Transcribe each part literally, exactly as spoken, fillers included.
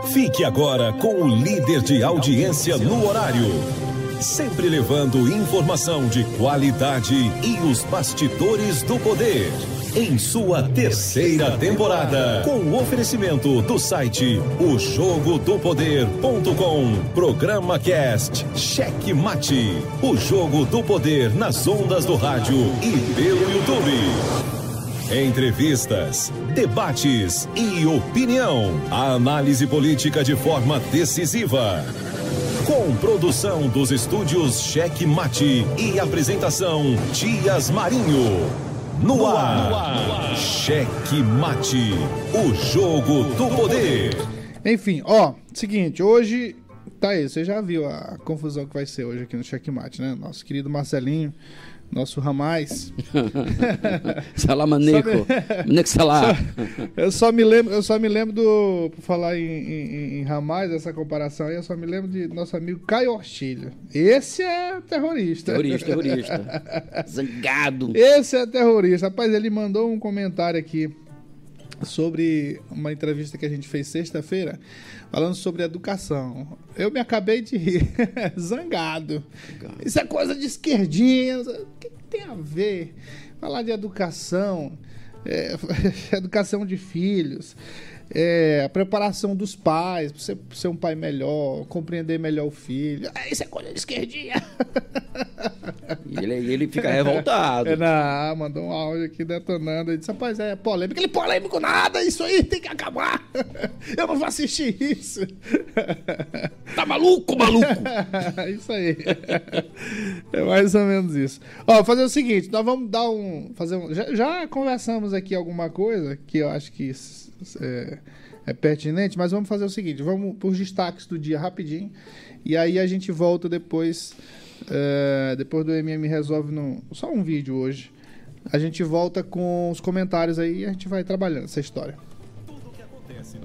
Fique agora com o líder de audiência no horário. Sempre levando informação de qualidade e os bastidores do poder. Em sua terceira temporada, com o oferecimento do site o jogo do poder ponto com, Programa Cast, Cheque Mate, o jogo do poder nas ondas do rádio e pelo YouTube. Entrevistas, debates e opinião. A análise política de forma decisiva. Com produção dos estúdios Cheque Mate e apresentação Dias Marinho. No ar, no ar, Cheque Mate, o jogo do poder. Enfim, ó, seguinte, hoje, tá aí, você já viu a confusão que vai ser hoje aqui no Cheque Mate, né? Nosso querido Marcelinho, nosso Ramais. Salamaneco, Maneco Salá. Eu só me lembro, eu só me lembro do, por falar em, em, em Ramais, essa comparação aí, eu só me lembro de nosso amigo Caio Ortilho. Esse é terrorista. Terrorista, terrorista. Zangado. Esse é terrorista. Rapaz, ele mandou um comentário aqui sobre uma entrevista que a gente fez sexta-feira, falando sobre educação. Eu me acabei de rir. Zangado. Isso é coisa de esquerdinha. O que tem a ver? Falar de educação, é, educação de filhos, é, a preparação dos pais, para você ser um pai melhor, compreender melhor o filho. Ah, isso é coisa de esquerdinha. E ele, ele fica revoltado. É, não, mandou um áudio aqui detonando. Ele disse, rapaz, é polêmico. Ele, polêmico nada, isso aí tem que acabar. Eu não vou assistir isso. Tá maluco, maluco? Isso aí. É mais ou menos isso. Ó, fazer o seguinte, nós vamos dar um... Fazer um já, já conversamos aqui alguma coisa que eu acho que é, é pertinente, mas vamos fazer o seguinte, vamos para os destaques do dia rapidinho, e aí a gente volta depois... Uh, depois do M M Resolve, no, só um vídeo hoje. A gente volta com os comentários aí e a gente vai trabalhando essa história. Tudo o que acontece.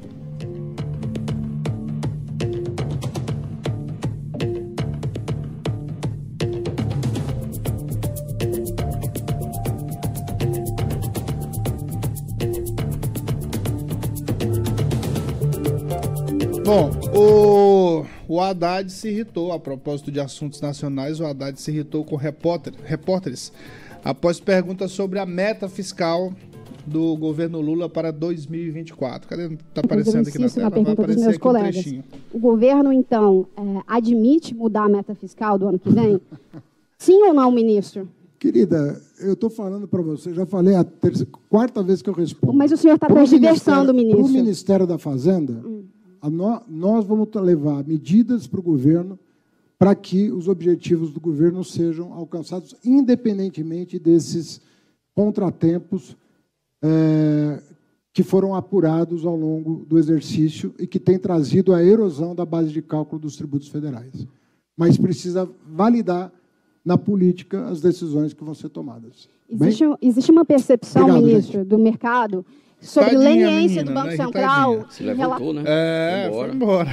Bom, o, o Haddad se irritou, a propósito de assuntos nacionais, o Haddad se irritou com repórter, repórteres após perguntas sobre a meta fiscal do governo Lula para dois mil e vinte e quatro. Cadê? Está aparecendo aqui na tela? Vai aparecer aqui um trechinho. O governo, então, é, admite mudar a meta fiscal do ano que vem? Sim ou não, ministro? Querida, eu estou falando para você, já falei a terça, quarta vez que eu respondo. Mas o senhor está transversando, ministro. Para o Ministério da Fazenda... Hum. Nós vamos levar medidas para o governo para que os objetivos do governo sejam alcançados, independentemente desses contratempos é, que foram apurados ao longo do exercício e que têm trazido a erosão da base de cálculo dos tributos federais. Mas precisa validar na política as decisões que vão ser tomadas. Existe, existe uma percepção, Obrigado, ministro, gente. do mercado... Sobre Tadinha, leniência menina, do Banco né? Central. Se levantou, né? É, foi embora.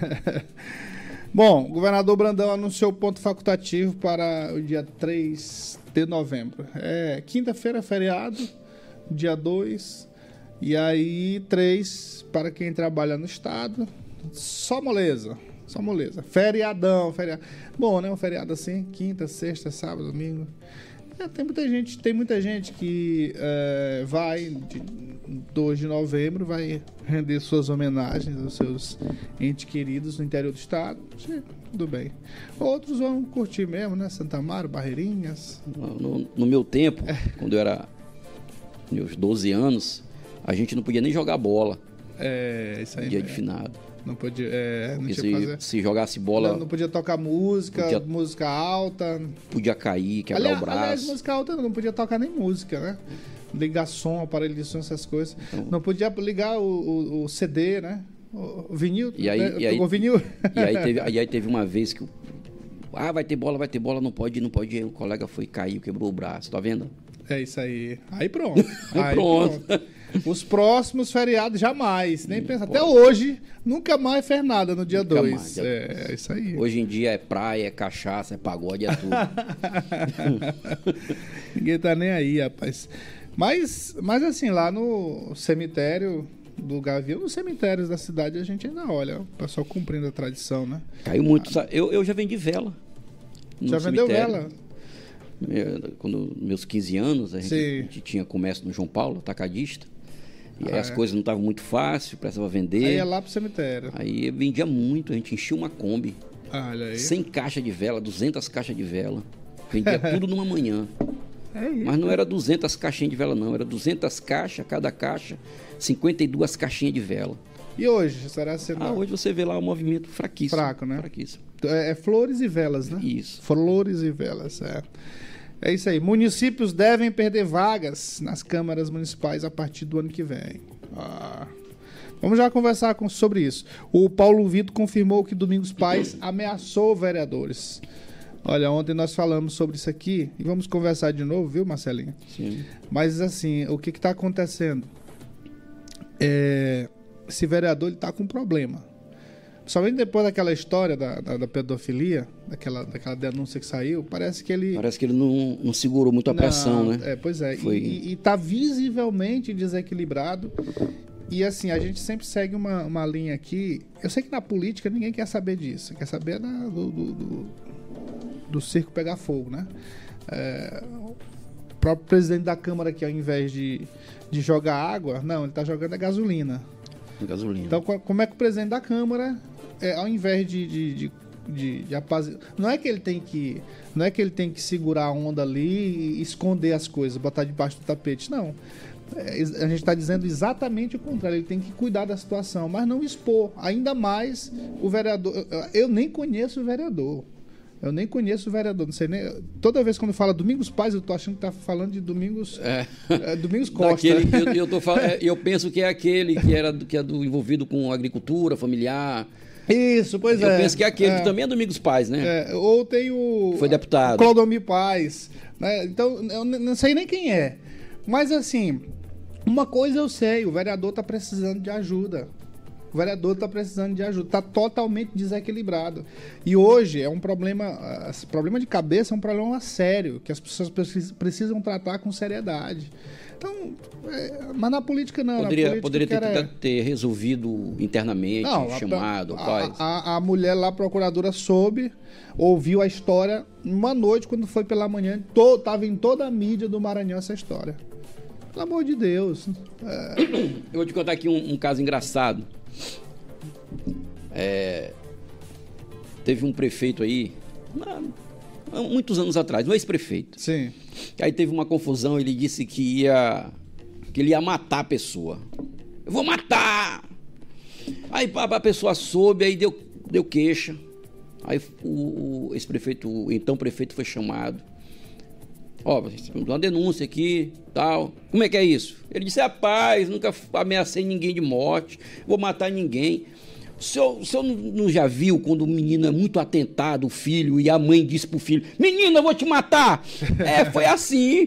Bom, o governador Brandão anunciou ponto facultativo para o dia três de novembro. É quinta-feira, feriado, dia dois. E aí, três para quem trabalha no estado. Só moleza. Só moleza. Feriadão, feriado. Bom, né? Um feriado assim, quinta, sexta, sábado, domingo. É, tem muita gente, tem muita gente que é, vai, de dois de novembro, vai render suas homenagens aos seus entes queridos no interior do estado. Sim, tudo bem. Outros vão curtir mesmo, né? Santa Amaro, Barreirinhas. No, no, no meu tempo, é. quando eu era meus doze anos, a gente não podia nem jogar bola. É, isso aí. Dia mesmo. de finado. Não podia, é, não se, tinha fazer... se jogasse bola... Não, não podia tocar música, podia, música alta. Podia cair, quebrar aliás, o braço. Aliás, música alta não podia tocar nem música, né? Ligar som, aparelho de som, essas coisas. Então, não podia ligar o, o, o C D, né? O, o vinil. E aí, né? e aí, o vinil. E aí, teve, e aí teve uma vez que... Ah, vai ter bola, vai ter bola, não pode, não pode. Aí o colega foi, caiu, quebrou o braço, tá vendo? É isso aí. Aí pronto. aí, aí pronto. pronto. Os próximos feriados, jamais. Nem pensa. Até hoje, nunca mais fez nada no dia dois. É, é isso aí. Hoje em dia é praia, é cachaça, é pagode, é tudo. Ninguém tá nem aí, rapaz. Mas, mas assim, lá no cemitério, do Gavião, nos cemitérios da cidade a gente ainda olha, o pessoal cumprindo a tradição, né? Caiu muito. Ah, eu, eu já vendi vela. Já vendeu vela? Eu, quando meus quinze anos, a gente, a gente tinha comércio no João Paulo, atacadista. E aí ah, as é. coisas não estavam muito fáceis, precisava vender. Aí ia lá pro cemitério. Aí vendia muito, a gente enchia uma Kombi. Ah, olha aí. cem caixas de vela, duzentas caixas de vela. Vendia tudo numa manhã. É isso. Mas não era duzentas caixinhas de vela, não. Era duzentas caixas, cada caixa, cinquenta e duas caixinhas de vela. E hoje? Será sendo... Ah, hoje você vê lá o movimento fraquíssimo. Fraco, né? Fraquíssimo. É, é flores e velas, né? Isso. Flores e velas, é. É isso aí. Municípios devem perder vagas nas câmaras municipais a partir do ano que vem. Ah. Vamos já conversar com, sobre isso. O Paulo Vitor confirmou que Domingos Pais ameaçou vereadores. Olha, ontem nós falamos sobre isso aqui e vamos conversar de novo, viu, Marcelinho? Sim. Mas, assim, o que está acontecendo? É, esse vereador está com um problema. Principalmente depois daquela história da, da, da pedofilia, daquela, daquela denúncia que saiu, parece que ele... Parece que ele não, não segurou muito a não, pressão, né? É, pois é. Foi... E está visivelmente desequilibrado. E, assim, a gente sempre segue uma, uma linha aqui. Eu sei que na política ninguém quer saber disso. Quer saber da, do, do, do, do circo pegar fogo, né? É, o próprio presidente da Câmara aqui, ao invés de, de jogar água, não, ele está jogando a gasolina. Gasolina. Então, como é que o presidente da Câmara, é, ao invés de, de, de, de, de apaz... não é que ele tem que, não é que ele tem que segurar a onda ali e esconder as coisas, botar debaixo do tapete, não. É, a gente está dizendo exatamente o contrário. Ele tem que cuidar da situação, mas não expor. Ainda mais o vereador. Eu, eu nem conheço o vereador. Eu nem conheço o vereador. Não sei nem. Toda vez quando fala Domingos Pais, eu tô achando que tá falando de Domingos. É. É, Domingos Costa. Daquele, eu, eu, tô falando, eu penso que é aquele que era que é do, envolvido com agricultura familiar. Isso, pois eu é. Eu penso que é aquele, é. que também é Domingos Pais, né? É. Ou tem o. Foi deputado. Clodomir Pais. Né? Então, eu não sei nem quem é. Mas, assim, uma coisa eu sei: o vereador tá precisando de ajuda. O vereador está precisando de ajuda, está totalmente desequilibrado. E hoje é um problema, esse problema de cabeça é um problema sério, que as pessoas precisam tratar com seriedade. Então, é, mas na política não. Poderia, na política poderia ter, era... ter resolvido internamente, não, chamado. A, a, a mulher lá, a procuradora, soube, ouviu a história uma noite, quando foi pela manhã, estava em toda a mídia do Maranhão essa história. Pelo amor de Deus. É... Eu vou te contar aqui um, um caso engraçado. É, teve um prefeito aí, há muitos anos atrás, um ex-prefeito. Sim. Aí teve uma confusão, ele disse que ia, que ele ia matar a pessoa. Eu vou matar! Aí a pessoa soube, aí deu, deu queixa. Aí o, o ex-prefeito, o então prefeito foi chamado. Ó, oh, uma denúncia aqui, tal. Como é que é isso? Ele disse, rapaz, nunca ameacei ninguém de morte, vou matar ninguém. O senhor, o senhor não já viu quando o menino é muito atentado, o filho, e a mãe disse pro filho, menino, eu vou te matar? É, foi assim.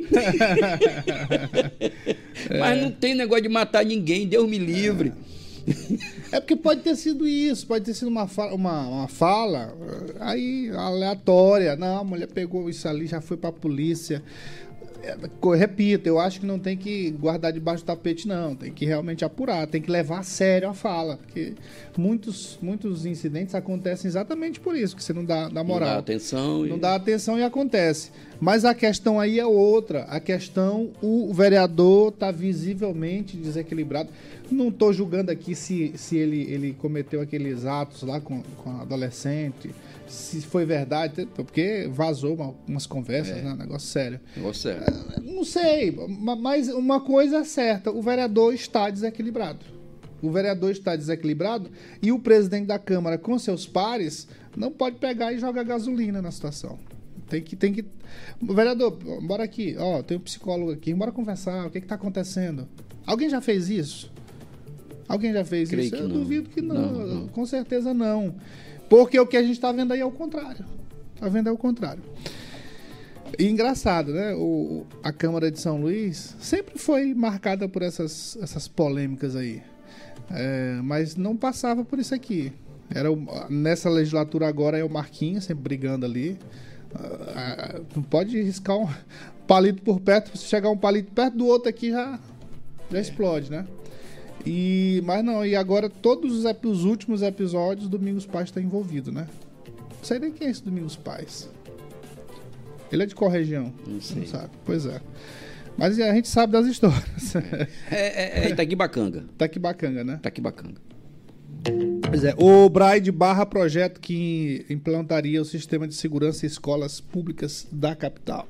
É. Mas não tem negócio de matar ninguém, Deus me livre. É porque pode ter sido isso, pode ter sido uma fala, uma, uma fala aí aleatória. Não, a mulher pegou isso ali, já foi pra polícia. Repito, eu acho que não tem que guardar debaixo do tapete, não. Tem que realmente apurar, tem que levar a sério a fala. Porque muitos, muitos incidentes acontecem exatamente por isso, que você não dá, dá moral. Não dá atenção. Não e... dá atenção e acontece. Mas a questão aí é outra. A questão, o vereador está visivelmente desequilibrado. Não estou julgando aqui se, se ele, ele cometeu aqueles atos lá com, com a adolescente, se foi verdade, porque vazou uma, umas conversas, é. né? Negócio sério. Negócio sério. É, não sei, mas uma coisa é certa, o vereador está desequilibrado. O vereador está desequilibrado e o presidente da Câmara, com seus pares, não pode pegar e jogar gasolina na situação. Tem que... Tem que... Vereador, bora aqui, ó, tem um psicólogo aqui, bora conversar, o que está acontecendo? Alguém já fez isso? Alguém já fez Creio isso? Eu não. duvido que não, Não, não, com certeza não. Porque o que a gente está vendo aí é o contrário. Está vendo aí o contrário. E engraçado, né? O, a Câmara de São Luís sempre foi marcada por essas, essas polêmicas aí. É, mas não passava por isso aqui. Era o, nessa legislatura agora é o Marquinhos sempre brigando ali. Ah, não pode riscar um palito por perto. Se chegar um palito perto do outro aqui já, já explode, né? E, mas não, e agora todos os, ep- os últimos episódios, Domingos Paz está envolvido, né? Não sei nem quem é esse Domingos Paz. Ele é de qual região? Não sei. Não sabe? Pois é. Mas a gente sabe das histórias. É, é, é Itaquibacanga. Itaquibacanga, né? Itaquibacanga. Pois é. O Braide barra projeto que implantaria o sistema de segurança em escolas públicas da capital.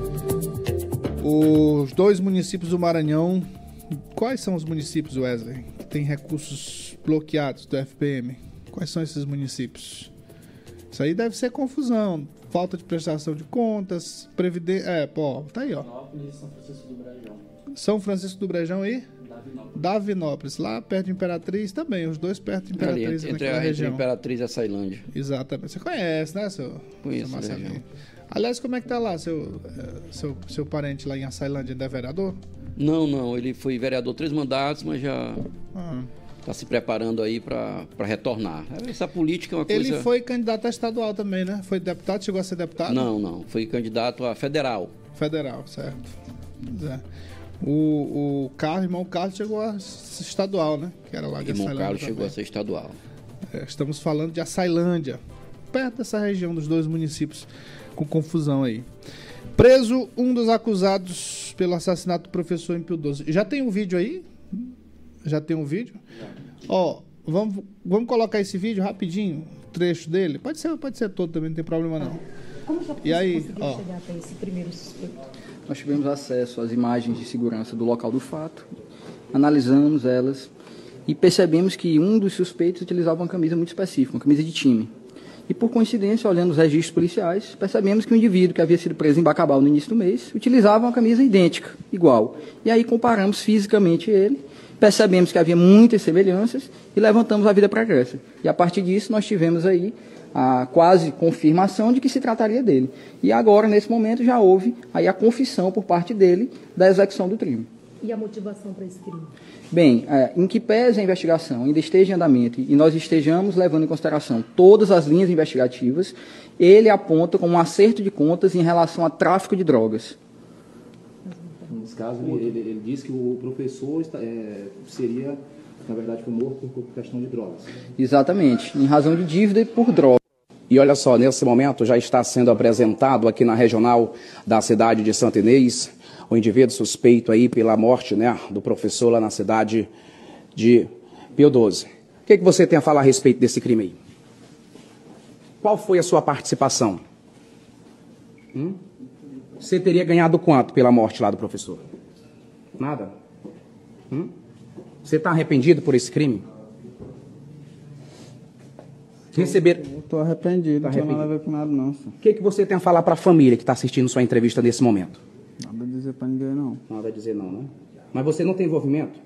Os dois municípios do Maranhão. Quais são os municípios, Wesley, que tem recursos bloqueados do F P M? Quais são esses municípios? Isso aí deve ser confusão. Falta de prestação de contas, previdência. É, pô, tá aí, ó. São Francisco do Brejão. São Francisco do Brejão e Davinópolis. Davinópolis, lá perto de Imperatriz também, os dois perto de Ali, Imperatriz, entre, naquela a, entre região. a Imperatriz e a Sailândia. Exatamente. Você conhece, né, seu, Conheço, seu Marcelinho? região. Aliás, como é que tá lá, seu, eh, seu, seu parente lá em Açailândia, ainda é vereador? Não, não, ele foi vereador três mandatos, mas já Ah. está se preparando aí para retornar. Essa política é uma coisa... Ele foi candidato a estadual também, né? Foi deputado, chegou a ser deputado? Não, não, foi candidato a federal. Federal, certo. Pois é. O, o Carlos, irmão Carlos, chegou a ser estadual, né? Que era lá de Irmão Açailândia Carlos também. chegou a ser estadual. É, estamos falando de Açailândia, perto dessa região dos dois municípios, com confusão aí. Preso um dos acusados pelo assassinato do professor em Pio doze. Já tem um vídeo aí? Já tem um vídeo? Ó, vamos, vamos colocar esse vídeo rapidinho, trecho dele. Pode ser, pode ser todo também, não tem problema não. Como que a E polícia aí, conseguiu ó. chegar até esse primeiro suspeito? Nós tivemos acesso às imagens de segurança do local do fato, analisamos elas e percebemos que um dos suspeitos utilizava uma camisa muito específica, uma camisa de time. E por coincidência, olhando os registros policiais, percebemos que o indivíduo que havia sido preso em Bacabal no início do mês utilizava uma camisa idêntica, igual. E aí comparamos fisicamente ele, percebemos que havia muitas semelhanças e levantamos a vida pregressa. E a partir disso nós tivemos aí a quase confirmação de que se trataria dele. E agora, nesse momento, já houve aí a confissão por parte dele da execução do crime. E a motivação para esse crime? Bem, é, em que pese a investigação ainda esteja em andamento e nós estejamos levando em consideração todas as linhas investigativas, ele aponta como um acerto de contas em relação a tráfico de drogas. Nesse caso, ele, ele, ele disse que o professor está, é, seria, na verdade, foi morto por questão de drogas. Exatamente, em razão de dívida e por droga. E olha só, nesse momento já está sendo apresentado aqui na regional da cidade de Santo Inês o indivíduo suspeito aí pela morte, né, do professor lá na cidade de Pio doze. O que, que você tem a falar a respeito desse crime aí? Qual foi a sua participação? Hum? Você teria ganhado quanto pela morte lá do professor? Nada? Hum? Você está arrependido por esse crime? Receber... Estou arrependido, Tá não tem nada a arrependido. ver com nada não, senhor. O que, que você tem a falar para a família que está assistindo sua entrevista nesse momento? Nada a dizer para ninguém não. Nada a dizer não, né? Mas você não tem envolvimento?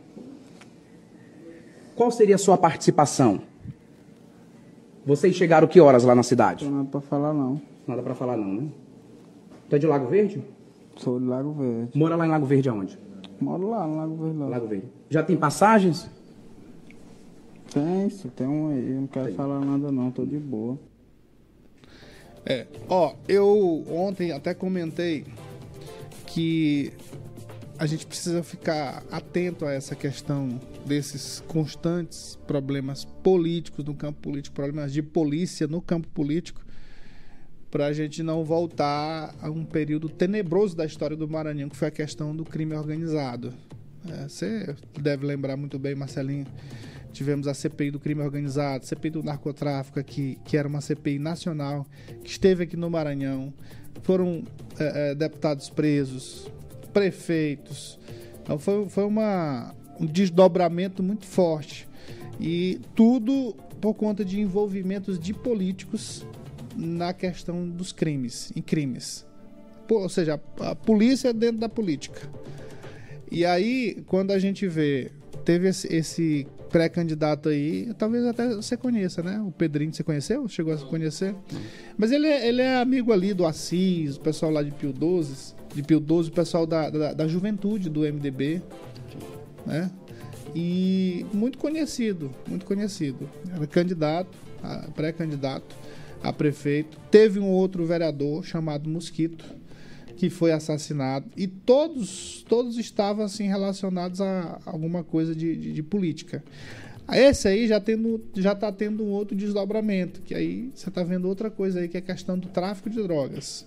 Qual seria a sua participação? Vocês chegaram que horas lá na cidade? Não tem nada para falar não. Nada para falar não, né? Tu é de Lago Verde? Sou de Lago Verde. Mora lá em Lago Verde aonde? Moro lá no Lago Verde. Lá. Lago Verde. Já tem passagens? Tem, se tem um aí. Não quero falar nada não, tô de boa. É, ó, eu ontem até comentei que a gente precisa ficar atento a essa questão desses constantes problemas políticos no campo político, problemas de polícia no campo político, para a gente não voltar a um período tenebroso da história do Maranhão, que foi a questão do crime organizado. É, você deve lembrar muito bem, Marcelinho, tivemos a C P I do crime organizado, C P I do narcotráfico aqui, que era uma C P I nacional, que esteve aqui no Maranhão. Foram é, é, deputados presos, prefeitos. Então foi, foi uma, um desdobramento muito forte. E tudo por conta de envolvimentos de políticos na questão dos crimes, em crimes. Pô, ou seja, a, a polícia é dentro da política. E aí, quando a gente vê, teve esse, esse pré-candidato aí, talvez até você conheça, né? O Pedrinho, você conheceu? Chegou a conhecer? Mas ele é, ele é amigo ali do Assis, o pessoal lá de Pio doze, de Pio doze, o pessoal da, da, da juventude do M D B, né? E muito conhecido, muito conhecido. Era candidato, pré-candidato a prefeito. Teve um outro vereador chamado Mosquito, que foi assassinado, e todos, todos estavam assim, relacionados a alguma coisa de, de, de política. Esse aí já tendo, já está tendo um outro desdobramento, que aí você está vendo outra coisa aí, que é a questão do tráfico de drogas.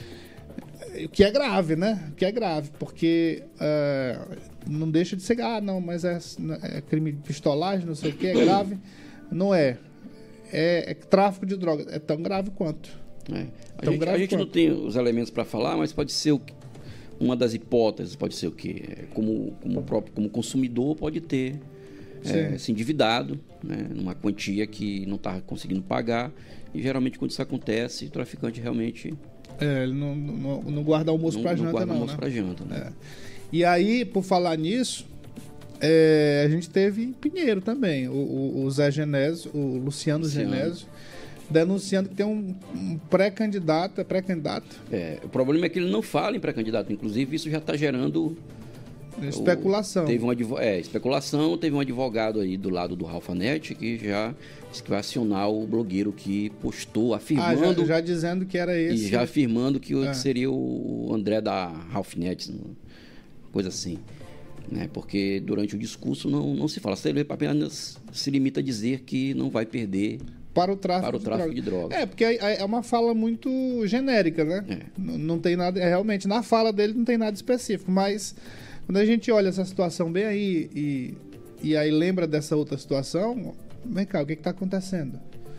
O que é grave, né? O que é grave, porque uh, não deixa de ser, ah, não, mas é, é crime de pistolagem, não sei o que, é grave. Não é. É, é tráfico de drogas. É tão grave quanto. É. A Tão gente, grave a gente não quanto. tem os elementos para falar, mas pode ser o, uma das hipóteses, pode ser o quê? Como, como próprio como consumidor pode ter é, se endividado, né, numa quantia que não está conseguindo pagar, e geralmente quando isso acontece, o traficante realmente... É, ele não, não, não guarda almoço para janta, não. Não guarda não, almoço né? para janta, né? É. E aí, por falar nisso, é, a gente teve em Pinheiro também, o, o, o Zé Genésio, o Luciano, Luciano Genésio, denunciando que tem um, um pré-candidato, é pré-candidato? É, o problema é que ele não fala em pré-candidato, inclusive isso já está gerando... Especulação. O, teve uma é, especulação, teve um advogado aí do lado do Ralphanet que já disse que vai acionar o blogueiro que postou, afirmando... Ah, já, já dizendo que era esse. E já afirmando que é. seria o André da Ralphanet, coisa assim. Né? Porque durante o discurso não, não se fala. Ele apenas se limita a dizer que não vai perder... Para o tráfico, para o tráfico de, de drogas. drogas. É, porque é uma fala muito genérica, né? É. Não, não tem nada... É, realmente, na fala dele não tem nada específico, mas... Quando a gente olha essa situação bem aí e, e aí lembra dessa outra situação, vem cá, o que está acontecendo?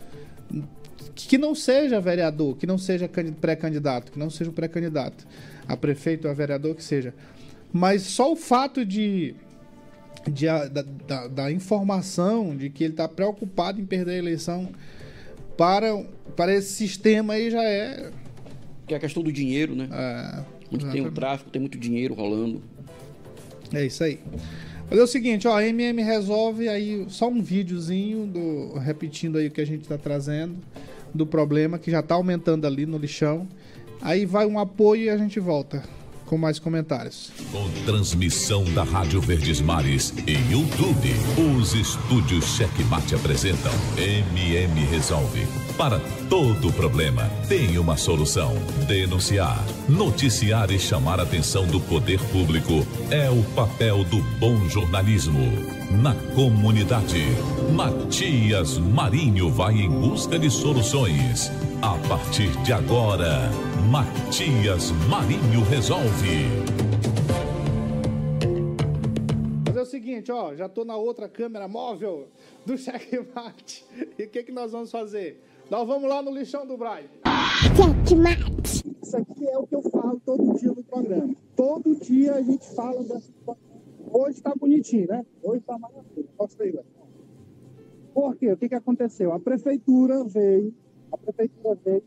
Que não seja vereador, que não seja pré-candidato, que não seja um pré-candidato a prefeito ou a vereador, que seja. Mas só o fato de, de a, da, da, da informação de que ele está preocupado em perder a eleição para, para esse sistema aí já é... Que é a questão do dinheiro, né? É, Onde tem o tráfico, tem muito dinheiro rolando. É isso aí. Mas é o seguinte, ó, a M M resolve aí só um videozinho do, repetindo aí o que a gente está trazendo do problema que já está aumentando ali no lixão. Aí vai um apoio e a gente volta com mais comentários. Com transmissão da Rádio Verdes Mares em YouTube, os estúdios Checkmate apresentam M M Resolve. Para todo problema, tem uma solução. Denunciar, noticiar e chamar a atenção do poder público é o papel do bom jornalismo. Na comunidade, Matias Marinho vai em busca de soluções. A partir de agora, Matias Marinho resolve. Mas é o seguinte, ó, já tô na outra câmera móvel do Checkmate. E o que que nós vamos fazer? Nós vamos lá no lixão do Braille. Checkmate. Isso aqui é o que eu falo todo dia no programa. Todo dia a gente fala dessa... Hoje tá bonitinho, né? Hoje tá maravilhoso. Mostra aí, velho. Por quê? O que que aconteceu? A prefeitura veio, a prefeitura veio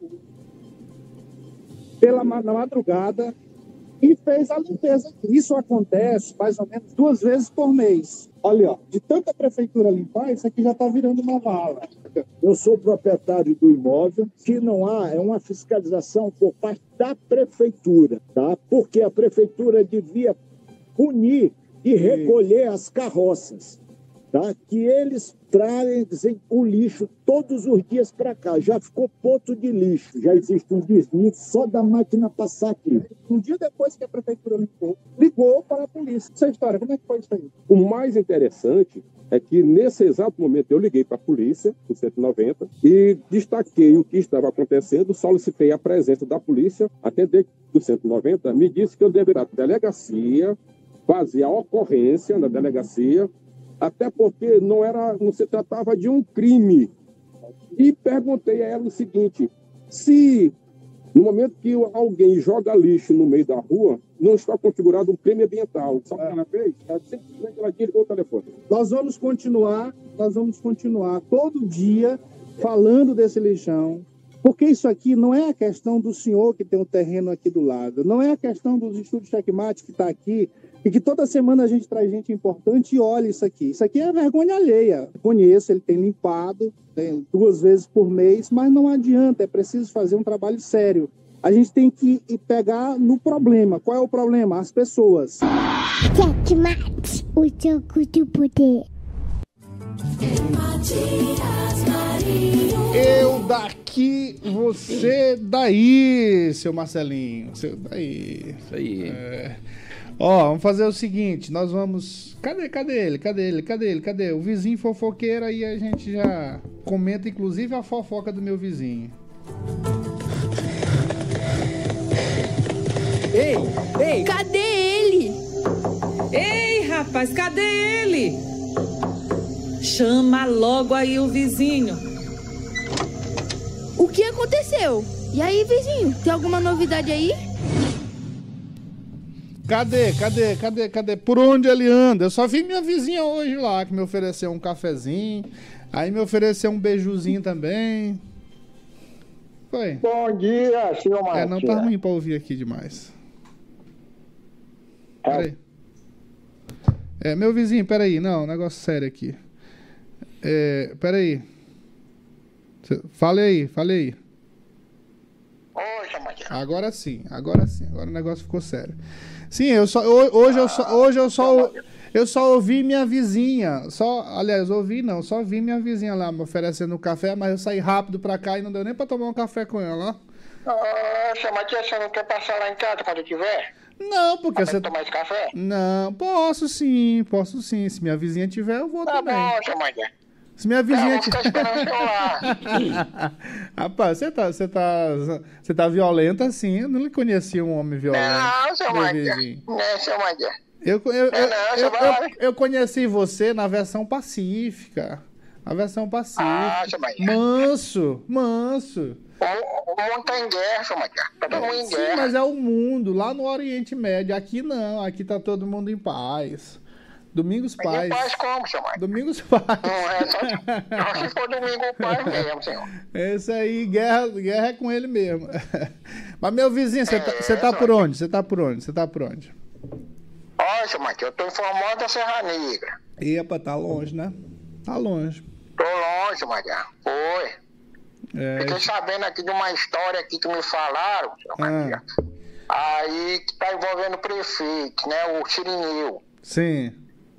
pela na madrugada e fez a limpeza. Isso acontece mais ou menos duas vezes por mês. Olha, ó, de tanta prefeitura limpar, isso aqui já está virando uma vala. Eu sou proprietário do imóvel, que não há é uma fiscalização por parte da prefeitura, tá? Porque a prefeitura devia punir e recolher as carroças, tá? Que eles trazem o lixo todos os dias para cá. Já ficou ponto de lixo, já existe um desnível só da máquina passar aqui. Um dia depois que a prefeitura ligou, ligou para a polícia. Essa história, como é que foi isso aí? O mais interessante é que nesse exato momento eu liguei para a polícia, no cento e noventa, e destaquei o que estava acontecendo, solicitei a presença da polícia, a atendente do cento e noventa me disse que eu deveria ir à delegacia, fazer a ocorrência na delegacia, até porque não, era, não se tratava de um crime. E perguntei a ela o seguinte, se no momento que alguém joga lixo no meio da rua, não está configurado um crime ambiental. Só que ela fez, ela simplesmente ela desligou o telefone. Nós vamos continuar, nós vamos continuar todo dia falando desse lixão, porque isso aqui não é a questão do senhor que tem um terreno aqui do lado, não é a questão dos estúdios Checkmate que está aqui, e que toda semana a gente traz gente importante e olha isso aqui. Isso aqui é vergonha alheia. Conheço, ele tem limpado tem duas vezes por mês, mas não adianta, é preciso fazer um trabalho sério. A gente tem que ir pegar no problema. Qual é o problema? As pessoas. Checkmate, o jogo do poder. Eu daqui que você daí, seu Marcelinho. Seu daí. Isso aí. É. Ó, vamos fazer o seguinte, nós vamos... Cadê, cadê ele? Cadê ele? Cadê ele? Cadê? O vizinho fofoqueiro aí a gente já comenta, inclusive, a fofoca do meu vizinho. Ei, ei! Cadê ele? Ei, rapaz, cadê ele? Chama logo aí o vizinho. O que aconteceu? E aí, vizinho, tem alguma novidade aí? Cadê, cadê, cadê, cadê? Por onde ele anda? Eu só vi minha vizinha hoje lá, que me ofereceu um cafezinho. Aí me ofereceu um beijuzinho também. Foi. Bom dia, senhor Marcos. É, não tá ruim pra ouvir aqui demais. Peraí. É, meu vizinho, peraí. Não, negócio sério aqui. É, peraí. Fale aí, fale aí. Oi, agora sim, agora sim. Agora o negócio ficou sério. Sim, eu só, hoje, eu só, hoje eu só, eu só ouvi minha vizinha, só, aliás, ouvi não, só vi minha vizinha lá me oferecendo café, mas eu saí rápido pra cá e não deu nem pra tomar um café com ela, ó. Nossa, Matias, você não quer passar lá em casa quando eu tiver? Não, porque você... tomar esse café? Não, posso sim, posso sim. Se minha vizinha tiver, eu vou tá também. Tá bom, seu Matias. Se minha vizinha... Eu vou ficar esperando o seu lá. Rapaz, você tá, você tá, você tá violenta assim. Eu não lhe conhecia um homem violento. Não, seu Matias. Não, seu Matias. Eu, eu, eu, não, não, eu, eu, eu conheci você na versão pacífica. A versão pacífica. Ah, seu Matias. Manso, manso. O, o mundo tá em guerra, seu Matias. Tá todo mundo em Sim, guerra. mas é o mundo, lá no Oriente Médio. Aqui não, aqui tá todo mundo em paz. Domingos Mas Paz. em paz como, seu Matias? Domingos Paz. Não, é só, só se for Domingo Paz mesmo, senhor. Esse aí, guerra, guerra é com ele mesmo. Mas, meu vizinho, você é, tá, você tá por onde? Você tá por onde? Você tá por onde? Olha, seu Matias, eu tô em Formosa da Serra Negra. Epa, tá longe, né? Tá longe. Tô longe, Matias. Foi. É... Fiquei sabendo aqui de uma história aqui que me falaram, seu Matias. Ah. Aí que tá envolvendo o prefeito, né? O Chirineu. Sim.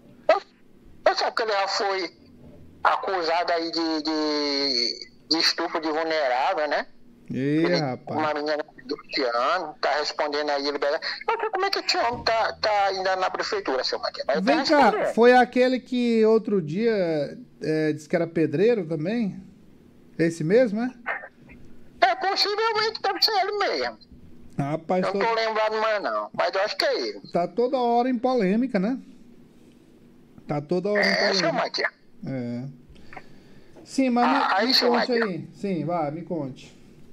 Eu sei que ele já foi acusado aí de, de, de estupro de vulnerável, né? Ih, ele, rapaz. Uma menina de doze anos, tá respondendo aí, liberdade. Eu sei como é que esse homem tá, tá ainda na prefeitura, seu Matias. Vem cá, foi aquele que outro dia é, disse que era pedreiro também? Esse mesmo, é? É, possivelmente deve ser ele mesmo. Rapaz, eu não tô... tô lembrado mais não, mas eu acho que é ele. Tá toda hora em polêmica, né? Tá toda hora em polêmica. É, seu Matias. É. Sim, mas ah, me, aí, me seu conte Matias. aí. Sim, vai, me conte.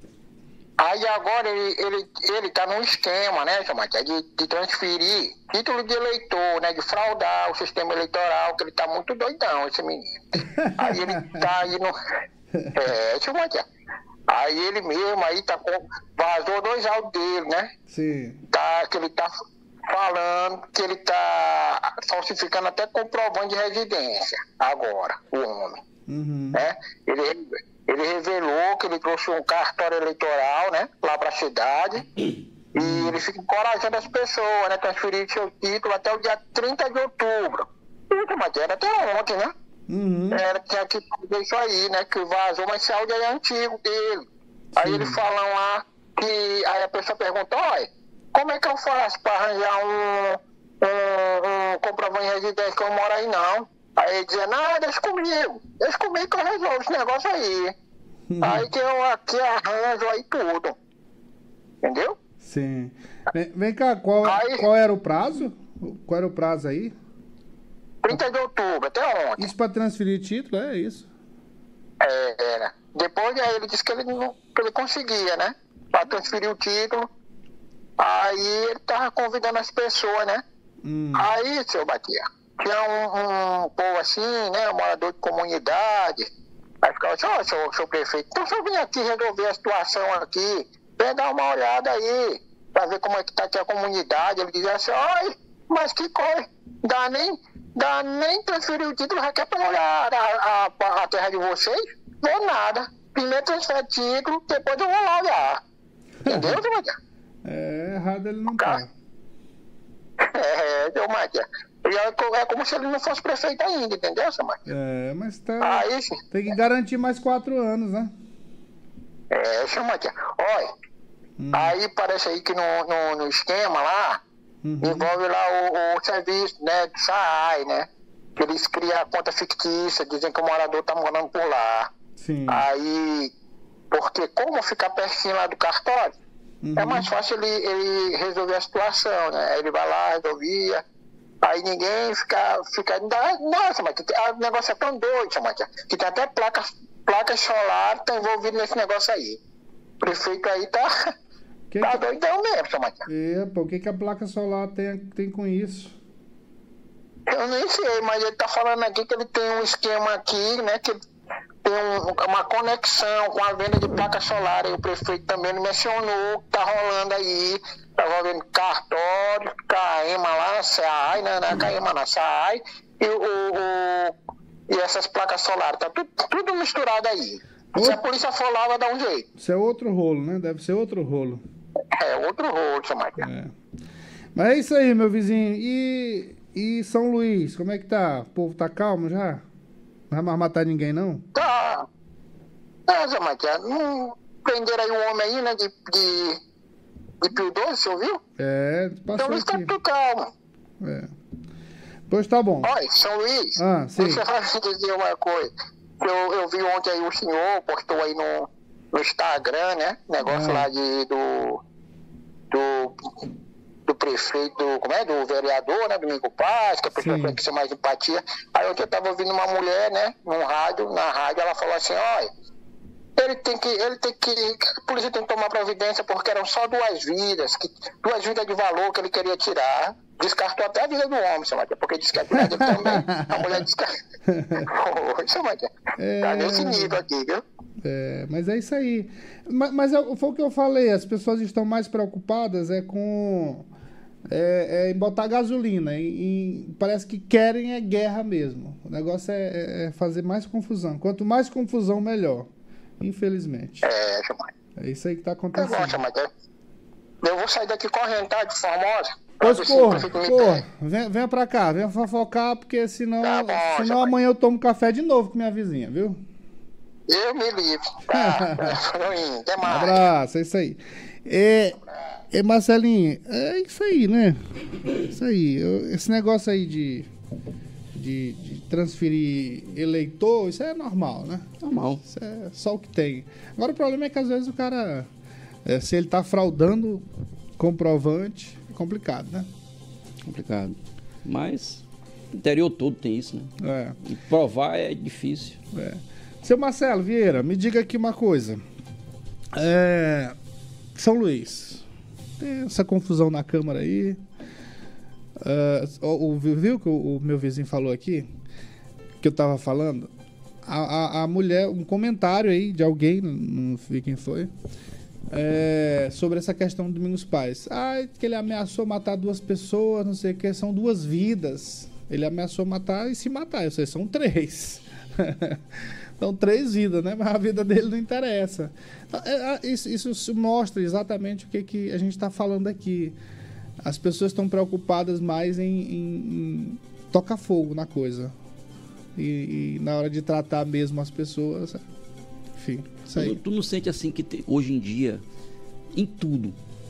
Aí agora ele, ele, ele tá num esquema, né, seu Matias, de, de transferir título de eleitor, né, de fraudar o sistema eleitoral, que ele tá muito doidão, esse menino. Aí ele tá aí no... É, seu Matias. Aí ele mesmo aí tá com... vazou dois áudios dele, né? Sim. Tá, que ele tá falando que ele tá falsificando até comprovante de residência agora, o homem. Uhum. Né? Ele, ele revelou que ele trouxe um cartório eleitoral, né, lá pra cidade, e ele fica encorajando as pessoas, né, transferir seu título até o dia trinta de outubro. Isso, mas era até ontem, né? Uhum. Era, tinha que fazer isso aí, né, que vazou, mas esse áudio é antigo dele. Sim. Aí ele fala lá que, aí a pessoa pergunta, olha, como é que eu faço para arranjar um, um, um comprovante de residência que eu moro aí não? Aí ele dizia, não, deixa comigo, deixa comigo que eu resolvo esse negócio aí. Hum. Aí que eu aqui arranjo aí tudo. Entendeu? Sim. Vem, vem cá, qual, aí, qual era o prazo? Qual era o prazo aí? trinta de outubro, até ontem. Isso para transferir título, é isso? É, era. Depois aí ele disse que ele, não, que ele conseguia, né? Para transferir o título. Aí ele tava convidando as pessoas, né? Hum. Aí, seu Batia, tinha um, um povo assim, né? Um morador de comunidade. Aí ficava assim, ó, oh, seu, seu prefeito, então se eu vim aqui resolver a situação aqui, vem dar uma olhada aí, pra ver como é que tá aqui a comunidade. Ele dizia assim, olha, mas que coisa, dá nem, dá nem transferir o título, já quer pra olhar a, a, a terra de vocês? Vou nada. Primeiro transfere o título, depois eu vou lá olhar. Entendeu, seu Batia? É, errado ele não tá. É, deu Matia. É como se ele não fosse prefeito ainda, entendeu, seu Matia? É, mas tá. Aí, tem que garantir mais quatro anos, né? É, chama aqui. Olha, hum. aí parece aí que no, no, no esquema lá, uhum. envolve lá o, o serviço, né, do S A A I, né? Que eles criam a conta fictícia, dizem que o morador tá morando por lá. Sim. Aí, porque como ficar pertinho lá do cartório, uhum. é mais fácil ele, ele resolver a situação, né? Ele vai lá, resolvia. Aí ninguém fica... fica nossa, mas o negócio é tão doido, que tem até placas, placas solar tá envolvido nesse negócio aí. O prefeito aí tá, que tá que... doidão mesmo, Samantha. É, pô, o que, que a placa solar tem, tem com isso? Eu nem sei, mas ele tá falando aqui que ele tem um esquema aqui, né, que tem um, uma conexão com a venda de placas solares. O prefeito também mencionou que tá rolando aí, tá rolando cartório, CAEMA lá, C A A I, né, na CAEMA na C A A I, e, o, o, e essas placas solares, tá tudo, tudo misturado aí. E se a polícia for lá, vai dar um jeito. Isso é outro rolo, né? Deve ser outro rolo. É, outro rolo, Samantha. É. Mas é isso aí, meu vizinho. E, e São Luís, como é que tá? O povo tá calmo já? Não vai mais matar ninguém, não? Tá. Não, Samantha, não prenderam aí um homem aí, né, de, de, de Pio doze, você ouviu? É, passou São Luís tá aqui. tudo calmo. É. Pois tá bom. Olha, São Luís, ah, sim. deixa eu dizer uma coisa. Eu, eu vi ontem aí o senhor postou aí no, no Instagram, né, negócio ah. lá de, do, do, do prefeito, como é, do vereador, né, Domingo Paz, que a pessoa tem que ser mais empatia. Aí ontem eu tava ouvindo uma mulher, né, num rádio, na rádio, ela falou assim, olha, ele tem que, ele tem que, a polícia tem que tomar providência porque eram só duas vidas, que, duas vidas de valor que ele queria tirar. Descartou até a vida do homem, Samantha, porque disse que a mulher dele também. A mulher descartou. Oi, Samantha. É... Tá nesse nível aqui, viu? É, mas é isso aí. Mas, mas é, foi o que eu falei, as pessoas estão mais preocupadas é com... É, é em botar gasolina. Em, em, parece que querem é guerra mesmo. O negócio é, é fazer mais confusão. Quanto mais confusão, melhor. Infelizmente. É, Samantha. É isso aí que tá acontecendo. É bom, Samantha. Eu vou sair daqui correndo, tá? De Formosa. Pois corra, corra. Venha, venha pra cá, venha fofocar, porque senão, tá bom, senão amanhã eu tomo café de novo com minha vizinha, viu? Eu me livro. Tá, até mais. Um abraço, é isso aí. É, é, Marcelinho, é isso aí, né? É isso aí. Eu, esse negócio aí de, de, de transferir eleitor, isso é normal, né? Normal. Isso é só o que tem. Agora o problema é que às vezes o cara, é, se ele tá fraudando comprovante, complicado, né? Complicado. Mas o interior todo tem isso, né? É. E provar é difícil. É. Seu Marcelo Vieira, me diga aqui uma coisa. É... São Luís, tem essa confusão na Câmara aí. Uh, o, viu que o, o meu vizinho falou aqui? Que eu tava falando? A, a, a mulher, um comentário aí de alguém, não sei quem foi. É, sobre essa questão do Domingos Paz. Ah, que ele ameaçou matar duas pessoas, não sei o que, são duas vidas. Ele ameaçou matar e se matar, eu sei, são três. São três vidas, né? Mas a vida dele não interessa. Isso, isso mostra exatamente o que, que a gente está falando aqui. As pessoas estão preocupadas mais em, em, em tocar fogo na coisa. E, e na hora de tratar mesmo as pessoas... Enfim, isso aí. Tu, tu não sente assim que te, hoje em dia, em tudo,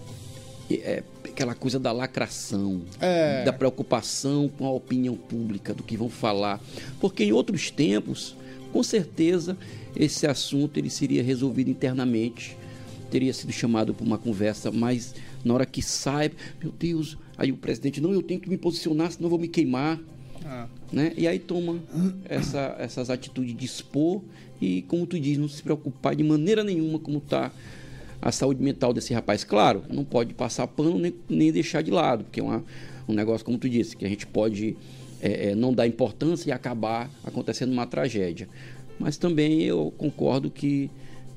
é aquela coisa da lacração, é. da preocupação com a opinião pública, do que vão falar. Porque em outros tempos, com certeza, esse assunto ele seria resolvido internamente, teria sido chamado para uma conversa, mas na hora que sai, meu Deus, aí o presidente, não, eu tenho que me posicionar, senão eu vou me queimar. Ah. Né? E aí toma essa, essas atitudes de expor e, como tu diz, não se preocupar de maneira nenhuma como está a saúde mental desse rapaz. Claro, não pode passar pano nem, nem deixar de lado, porque é uma, um negócio, como tu disse, que a gente pode é, é, não dar importância e acabar acontecendo uma tragédia. Mas também eu concordo que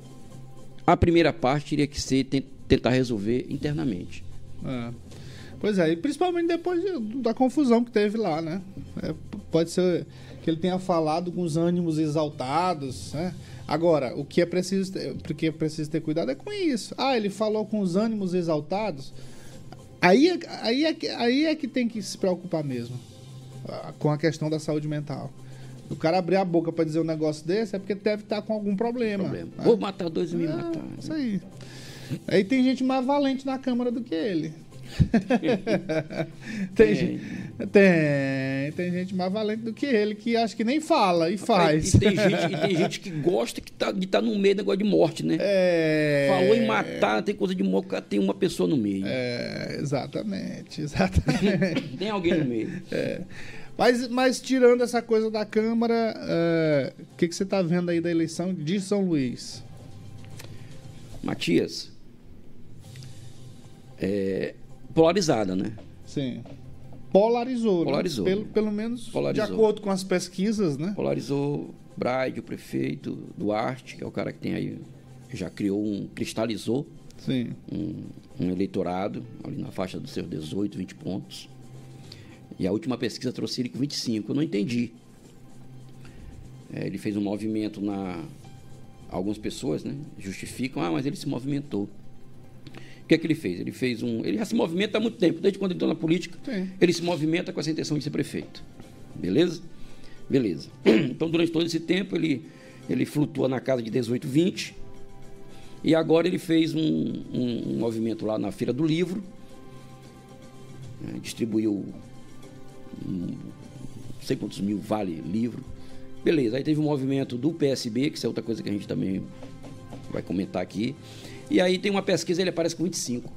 a primeira parte teria que ser tentar resolver internamente. É. Pois é, e principalmente depois da confusão que teve lá, né? É, pode ser que ele tenha falado com os ânimos exaltados, né? Agora, o que é preciso, o que é preciso ter cuidado é com isso. Ah, ele falou com os ânimos exaltados. Aí, aí, é, que, aí é que tem que se preocupar mesmo com a questão da saúde mental. O cara abrir a boca para dizer um negócio desse é porque deve estar com algum problema. problema. Né? Vou matar dois mil, é, matar. Isso aí. Aí tem gente mais valente na Câmara do que ele. tem, gente, tem, tem gente mais valente do que ele que acha que nem fala e faz. E tem gente, e tem gente que gosta que tá, de estar tá no meio do negócio de morte, né? É... Falou em matar, tem coisa de morte, tem uma pessoa no meio. É, exatamente, exatamente. Tem alguém no meio. É. Mas, mas tirando essa coisa da Câmara, o é, que, que você está vendo aí da eleição de São Luís? Matias, é, polarizada, né? Sim. Polarizou. Polarizou. Né? Pelo, pelo menos Polarizou. De acordo com as pesquisas, né? Polarizou. Braide, o prefeito, Duarte, que é o cara que tem aí, já criou um, cristalizou Sim. Um, um eleitorado, ali na faixa dos seus dezoito, vinte pontos. E a última pesquisa trouxe ele com vinte e cinco. Eu não entendi. É, ele fez um movimento na... Algumas pessoas, né, justificam, ah, mas ele se movimentou. O que é que ele fez? Ele fez um... Ele já se movimenta há muito tempo, desde quando ele entrou na política. Sim. Ele se movimenta com essa intenção de ser prefeito. Beleza? Beleza. Então, durante todo esse tempo, ele, ele flutua na casa de dezoito, vinte. E agora ele fez um, um, um movimento lá na Feira do Livro. Né, distribuiu... não sei quantos mil vale livro. Beleza, aí teve um movimento do P S B, que isso é outra coisa que a gente também vai comentar aqui. E aí tem uma pesquisa, ele aparece com vinte e cinco.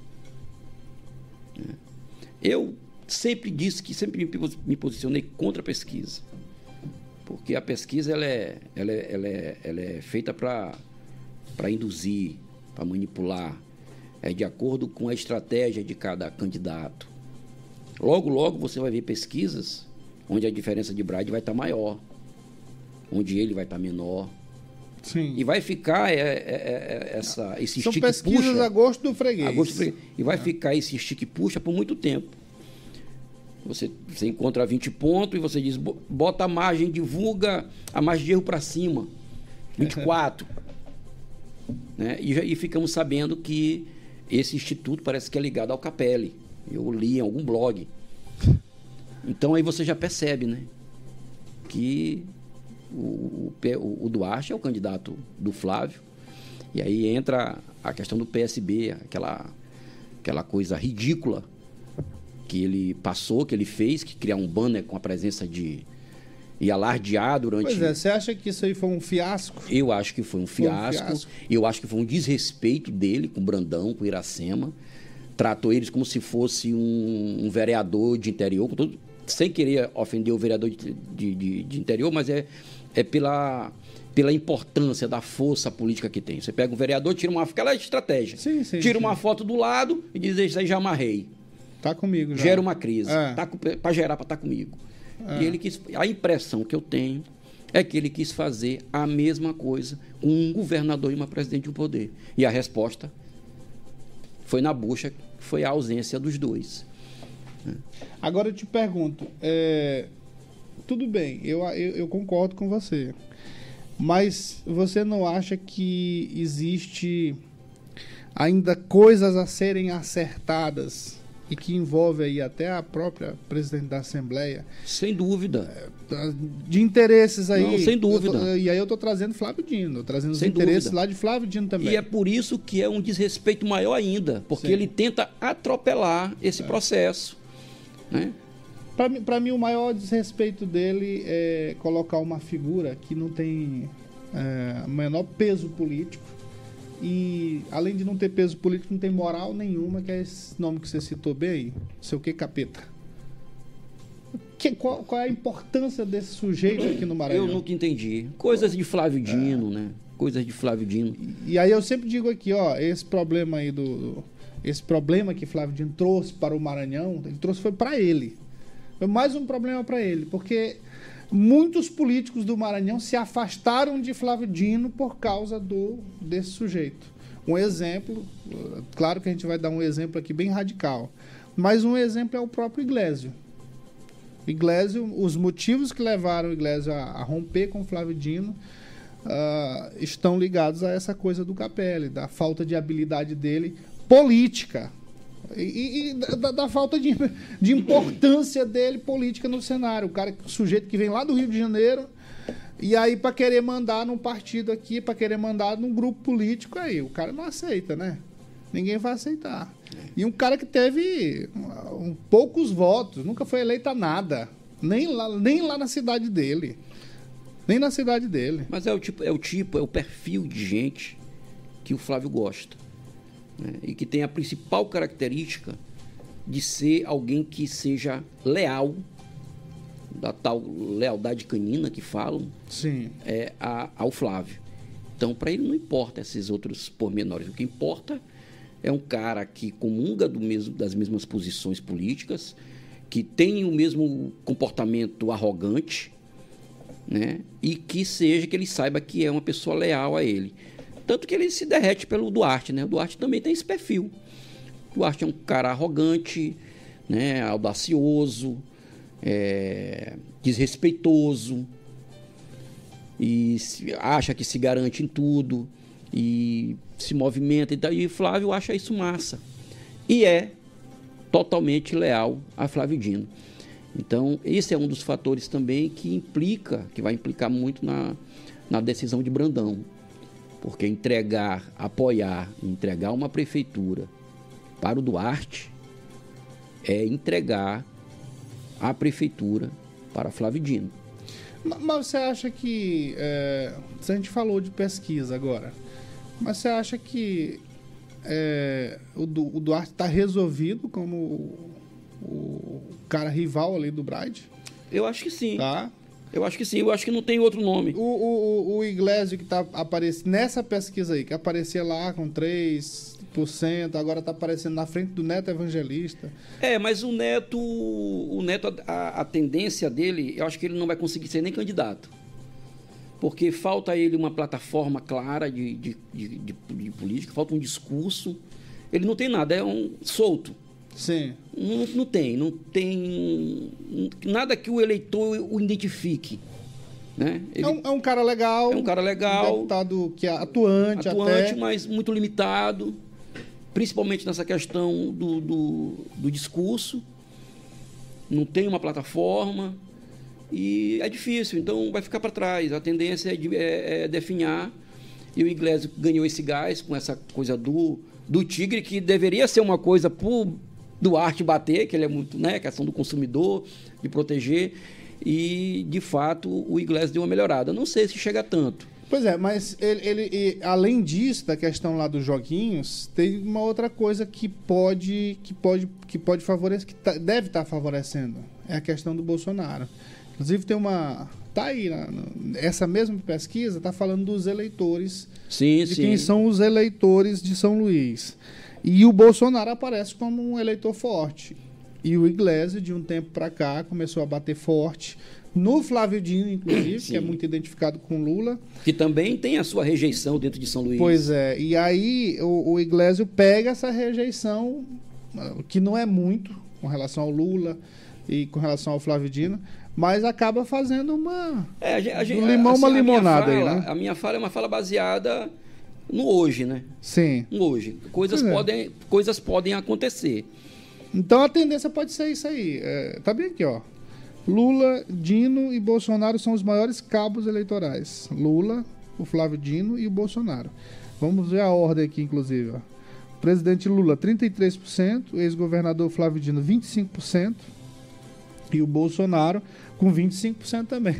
Eu sempre disse que sempre me posicionei contra a pesquisa. Porque a pesquisa ela é, ela é, ela é, ela é feita para para induzir, para manipular, é de acordo com a estratégia de cada candidato. Logo, logo você vai ver pesquisas onde a diferença de Braide vai estar maior, onde ele vai estar menor. Sim. E vai ficar é, é, é, essa, esse São estique puxa. São pesquisas a gosto do freguês. A gosto do freguês. E vai é. ficar esse estique puxa por muito tempo. Você, você encontra vinte pontos e você diz, bota a margem, divulga a margem de erro para cima. vinte e quatro. Né? E, e ficamos sabendo que esse instituto parece que é ligado ao Capelli. Eu li em algum blog. Então aí você já percebe, né? Que o, o, o Duarte é o candidato do Flávio. E aí entra a questão do P S B, aquela, aquela coisa ridícula que ele passou, que ele fez, que criar um banner com a presença de... e alardear durante... Pois é, você acha que isso aí foi um fiasco? Eu acho que foi um fiasco. Foi um fiasco. Eu acho que foi um desrespeito dele com o Brandão, com o Iracema. Tratou eles como se fosse um, um vereador de interior, com todo, sem querer ofender o vereador de, de, de, de interior, mas é, é pela, pela importância da força política que tem. Você pega um vereador, tira uma... aquela estratégia. Sim, sim, tira sim. uma foto do lado e diz, isso aí já amarrei. Tá comigo já. Gera uma crise. É. Tá, para gerar para estar tá comigo. É. E ele quis, a impressão que eu tenho é que ele quis fazer a mesma coisa com um governador e uma presidente do poder. E a resposta foi na bucha, foi a ausência dos dois. Agora eu te pergunto, é, tudo bem, eu, eu, eu concordo com você, mas você não acha que existe ainda coisas a serem acertadas e que envolve aí até a própria presidente da Assembleia? Sem dúvida. De interesses aí. Não, sem dúvida. Tô, e aí eu estou trazendo Flávio Dino, tô trazendo sem os interesses dúvida. lá de Flávio Dino também. E é por isso que é um desrespeito maior ainda, porque Sim. ele tenta atropelar esse é. processo. Né? Para mim, para mim, o maior desrespeito dele é colocar uma figura que não tem é, menor peso político. E, além de não ter peso político, não tem moral nenhuma, que é esse nome que você citou bem aí. Sei o que, capeta. Que, qual, qual é a importância desse sujeito aqui no Maranhão? Eu nunca entendi. Coisas de Flávio Dino, é. né? Coisas de Flávio Dino. E, e aí eu sempre digo aqui, ó, esse problema aí do... do esse problema que Flávio Dino trouxe para o Maranhão, ele trouxe foi para ele. Foi mais um problema para ele, porque... muitos políticos do Maranhão se afastaram de Flávio Dino por causa do, desse sujeito. Um exemplo, claro que a gente vai dar um exemplo aqui bem radical, mas um exemplo é o próprio Iglesio. Iglesio, os motivos que levaram o Iglesio a, a romper com Flávio Dino uh, estão ligados a essa coisa do Capelli, da falta de habilidade dele política. E, e da, da falta de, de importância dele política no cenário. O cara, o sujeito que vem lá do Rio de Janeiro E aí, para querer mandar num partido aqui, para querer mandar num grupo político, aí o cara não aceita, né? Ninguém vai aceitar. E um cara que teve um, poucos votos, nunca foi eleito a nada. Nem lá, nem lá na cidade dele. Nem na cidade dele. Mas é o tipo, é o tipo, é o perfil de gente que o Flávio gosta. Né? E que tem a principal característica de ser alguém que seja leal, da tal lealdade canina que falam, Sim. É, a, ao Flávio. Então, para ele não importa esses outros pormenores. O que importa é um cara que comunga do mesmo, das mesmas posições políticas, que tem o mesmo comportamento arrogante, né? E que seja, que ele saiba que é uma pessoa leal a ele. Tanto que ele se derrete pelo Duarte, né? O Duarte também tem esse perfil. O Duarte é um cara arrogante, né? Audacioso, é, desrespeitoso, e se, acha que se garante em tudo, e se movimenta. E Flávio acha isso massa. E é totalmente leal a Flávio Dino. Então, esse é um dos fatores também que implica, que vai implicar muito na, na decisão de Brandão. Porque entregar, apoiar, entregar uma prefeitura para o Duarte é entregar a prefeitura para Flávio Dino. Mas você acha que... É, a gente falou de pesquisa agora, mas você acha que é, o, o Duarte está resolvido como o, o cara rival ali do Braide? Eu acho que sim. Tá. Eu acho que sim, eu acho que não tem outro nome. O, o, o Iglesias que está aparecendo nessa pesquisa aí, que aparecia lá com três por cento, agora está aparecendo na frente do Neto Evangelista. É, mas o Neto, o Neto a, a tendência dele, eu acho que ele não vai conseguir ser nem candidato. Porque falta a ele uma plataforma clara de, de, de, de, de política, falta um discurso. Ele não tem nada, é um solto. Sim. Não, não tem, não tem nada que o eleitor o identifique. Né? Ele é, um, é um cara legal. É um cara legal. Um deputado que é atuante, atuante até. Mas muito limitado, principalmente nessa questão do, do, do discurso. Não tem uma plataforma e é difícil, então vai ficar para trás. A tendência é, de, é, é definhar, e o Iglesias ganhou esse gás com essa coisa do, do tigre, que deveria ser uma coisa por Duarte bater, que ele é muito, né, questão do consumidor, de proteger, e de fato o Iglesias deu uma melhorada. Não sei se chega tanto. Pois é, mas ele, ele, ele além disso, da questão lá dos joguinhos, tem uma outra coisa que pode, que pode, que pode favorecer, que tá, deve estar tá favorecendo, é a questão do Bolsonaro. Inclusive tem uma... Tá aí, essa mesma pesquisa está falando dos eleitores, sim, de sim. quem são os eleitores de São Luís. E o Bolsonaro aparece como um eleitor forte. E o Iglesias, de um tempo para cá, começou a bater forte. No Flávio Dino, inclusive, sim, que é muito identificado com Lula. Que também tem a sua rejeição dentro de São Luís. Pois é. E aí o, o Iglesias pega essa rejeição, que não é muito, com relação ao Lula e com relação ao Flávio Dino, mas acaba fazendo uma... É, a, a, um limão, assim, uma limonada fala, aí, né? A minha fala é uma fala baseada no hoje, né? Sim. No hoje. Coisas, é. podem, coisas podem acontecer. Então a tendência pode ser isso aí. É, tá bem aqui, ó. Lula, Dino e Bolsonaro são os maiores cabos eleitorais. Lula, o Flávio Dino e o Bolsonaro. Vamos ver a ordem aqui, inclusive. Ó. Presidente Lula, trinta e três por cento. Ex-governador Flávio Dino, vinte e cinco por cento. E o Bolsonaro com vinte e cinco por cento também.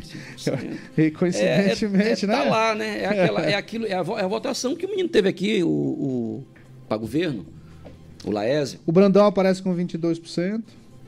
E coincidentemente, é, é, né? Tá lá, né? É, aquela, é, aquilo, é, a, é a votação que o menino teve aqui, o, o para governo, o Laésio. O Brandão aparece com vinte e dois por cento.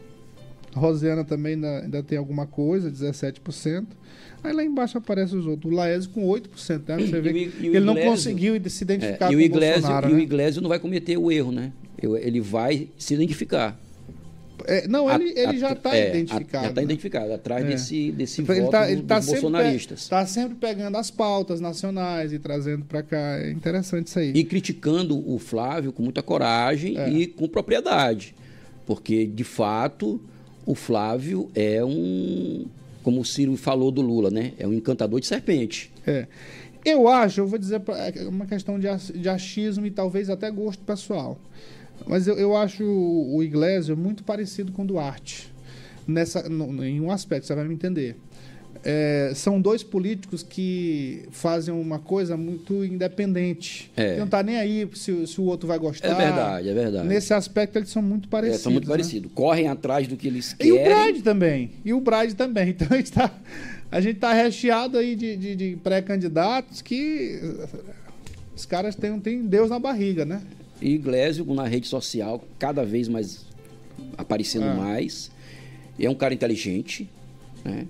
Rosiana também ainda, ainda tem alguma coisa, dezessete por cento. Aí lá embaixo aparecem os outros. O Laésio com oito por cento, né? Você vê que ele não conseguiu se identificar é, com o Iglesias, Bolsonaro. E né? o Iglesias não vai cometer o erro, né? Ele vai se identificar. É, não, ele, a, ele já está é, identificado. A, já está né? identificado, atrás é. desse, desse ele voto tá, do, ele tá dos bolsonaristas. Está sempre pegando as pautas nacionais e trazendo para cá. É interessante isso aí. E criticando o Flávio com muita coragem é. e com propriedade. Porque, de fato, o Flávio é um... Como o Ciro falou do Lula, né? É um encantador de serpente. É. Eu acho, eu vou dizer, é uma questão de, de achismo e talvez até gosto pessoal. Mas eu, eu acho o Iglesias muito parecido com o Duarte. Nessa, no, em um aspecto, você vai me entender. É, são dois políticos que fazem uma coisa muito independente. É. Não está nem aí se, se o outro vai gostar. É verdade, é verdade. Nesse aspecto, eles são muito parecidos. É, são muito né? parecidos. Correm atrás do que eles E querem. o Bride também. E o Bride também. Então, a gente está a gente tá recheado aí de, de, de pré-candidatos que os caras têm, têm Deus na barriga, né? E Iglesias, na rede social, cada vez mais aparecendo Ah. mais. É um cara inteligente, né?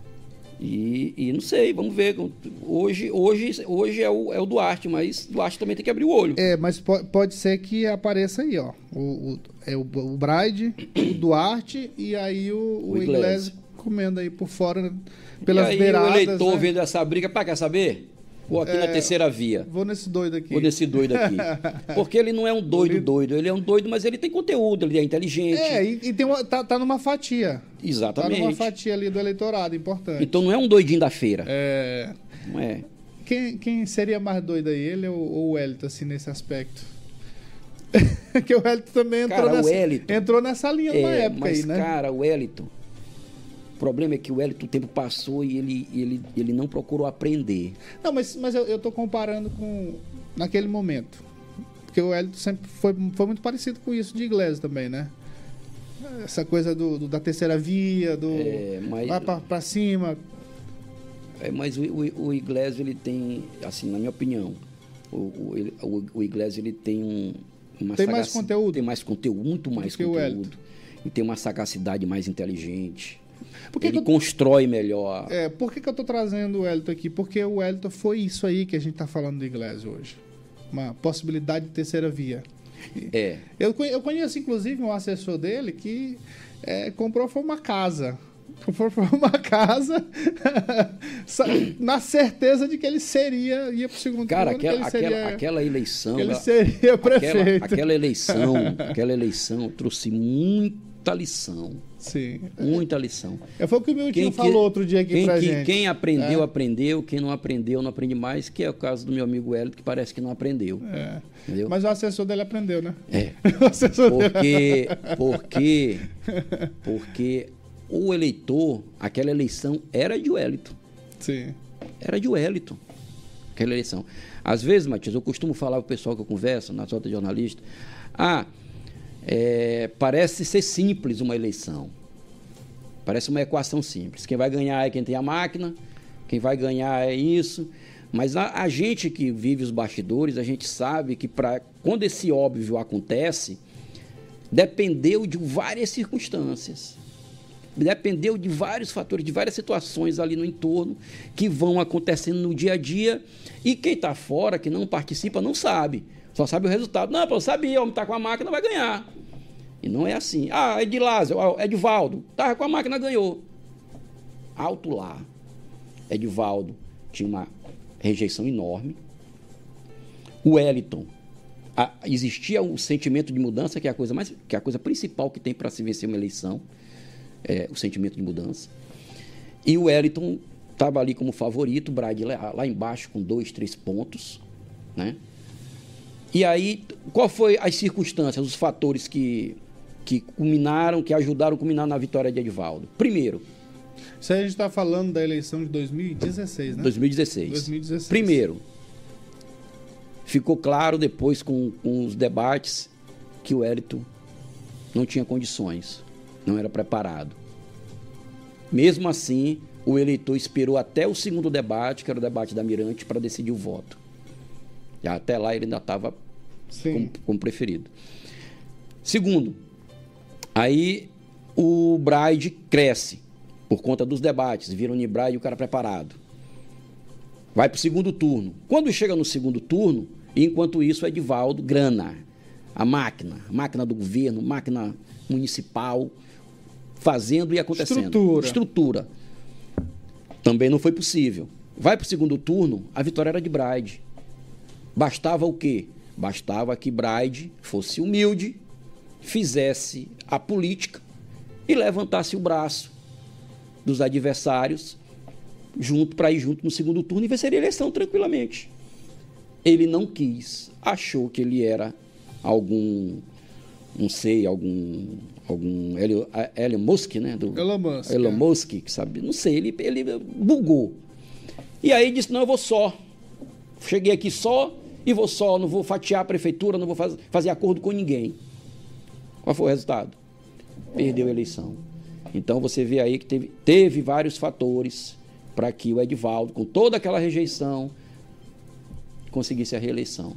E, e não sei, vamos ver. Hoje, hoje, hoje é, o, é o Duarte, mas Duarte também tem que abrir o olho. É, mas po- pode ser que apareça aí, ó. O, o, é o, o Bride, o Duarte e aí o, o, O Iglesias Iglesias. comendo aí por fora, pelas e aí beiradas. o eleitor né? vendo essa briga, pá, quer saber? Vou aqui na É, terceira via. Vou nesse doido aqui. Vou nesse doido aqui. Porque ele não é um doido doido, ele é um doido, mas ele tem conteúdo, ele é inteligente. É, e, e tem uma, tá, tá numa fatia. Exatamente. Tá numa fatia ali do eleitorado, importante. Então não é um doidinho da feira. É. Não é. Quem, quem seria mais doido aí, ele ou, ou o Wellington, assim, nesse aspecto? Porque o Wellington também entrou, Cara, o nessa, Wellington- entrou nessa linha numa É, época mas, aí, né? cara, o Wellington... O problema é que o Wellington, o tempo passou e ele, ele, ele não procurou aprender. Não, mas, mas eu, eu tô comparando com naquele momento. Porque o Wellington sempre foi, foi muito parecido com isso de Iglesias também, né? Essa coisa do, do- da terceira via, do É, mas- vai pra, pra cima. É, mas o, o, o Iglesias, ele tem, assim, na minha opinião, o, o, ele- o, o Iglesias, ele tem um... Uma Tem mais sagaci- conteúdo? Tem mais conteúdo, muito mais que o conteúdo. E tem uma sagacidade mais inteligente. Por que ele que eu- constrói melhor. É, por que, que eu tô trazendo o Wellington aqui? Porque o Wellington foi isso aí que a gente tá falando do Iglesias hoje. Uma possibilidade de terceira via. É. Eu, conhe- eu conheço, inclusive, um assessor dele que é, comprou foi uma casa. Comprou foi uma casa sa- na certeza de que ele seria, ia pro segundo Cara, turno, que aquela, ele seria, aquela, aquela eleição... que ele ela- seria prefeito. Aquela, aquela eleição, aquela eleição trouxe muita lição. Sim. Muita lição. É, foi o que o meu tio falou outro dia aqui quem, pra que- gente. Quem aprendeu, É. aprendeu. Quem não aprendeu, não aprende mais. Que é o caso do meu amigo Wellington, que parece que não aprendeu. É. Entendeu? Mas o assessor dele aprendeu, né? É. O assessor Porque, dele... porque, porque o eleitor, aquela eleição era de Wellington. Sim. Era de Wellington, aquela eleição. Às vezes, Matias, eu costumo falar para o pessoal que eu converso, nas rodas de jornalista, ah, é, parece ser simples uma eleição. Parece uma equação simples. Quem vai ganhar é quem tem a máquina, quem vai ganhar é isso. Mas a, a gente que vive os bastidores, a gente sabe que pra, quando esse óbvio acontece, dependeu de várias circunstâncias. Dependeu de vários fatores, de várias situações ali no entorno que vão acontecendo no dia a dia. E quem está fora, que não participa, não sabe. Só sabe o resultado. Não, pô, eu sabia, o homem está com a máquina, vai ganhar. E não é assim. Ah, Edilásio, Edivaldo, estava com a máquina, ganhou. Alto lá. Edivaldo tinha uma rejeição enorme. O Wellington, a, existia um sentimento de mudança, que é a coisa, mais, que é a coisa principal que tem para se vencer uma eleição. É, o sentimento de mudança. E o Wellington estava ali como favorito, o Bride lá, lá embaixo com dois, três pontos, né? E aí, qual foi as circunstâncias, os fatores que, que culminaram, que ajudaram a culminar na vitória de Edivaldo? Primeiro... Isso aí a gente está falando da eleição de dois mil e dezesseis, né? dois mil e dezesseis. dois mil e dezesseis. Primeiro, ficou claro depois com, com os debates que o Wellington não tinha condições, não era preparado. Mesmo assim, o eleitor esperou até o segundo debate, que era o debate da Mirante, para decidir o voto. E até lá ele ainda estava como, como preferido. Segundo, aí o Bride cresce por conta dos debates, viram o Bride e o cara preparado. Vai para o segundo turno. Quando chega no segundo turno, enquanto isso, Edivaldo, grana, a máquina, a máquina do governo, máquina municipal, fazendo e acontecendo. Estrutura. Estrutura. Também não foi possível. Vai para o segundo turno, a vitória era de Bride. Bastava o quê? Bastava que Bride fosse humilde, fizesse a política e levantasse o braço dos adversários junto para ir junto no segundo turno e vencer a eleição tranquilamente. Ele não quis, achou que ele era algum não sei, algum, algum Elon, Elon Musk, né? Do, Elon Musk. Elon é. Musk, que sabe, não sei, ele, ele bugou. E aí disse, não, eu vou só. Cheguei aqui só e vou só, não vou fatiar a prefeitura, não vou faz, fazer acordo com ninguém. Qual foi o resultado? Perdeu a eleição. Então você vê aí que teve, teve vários fatores para que o Edivaldo, com toda aquela rejeição, conseguisse a reeleição.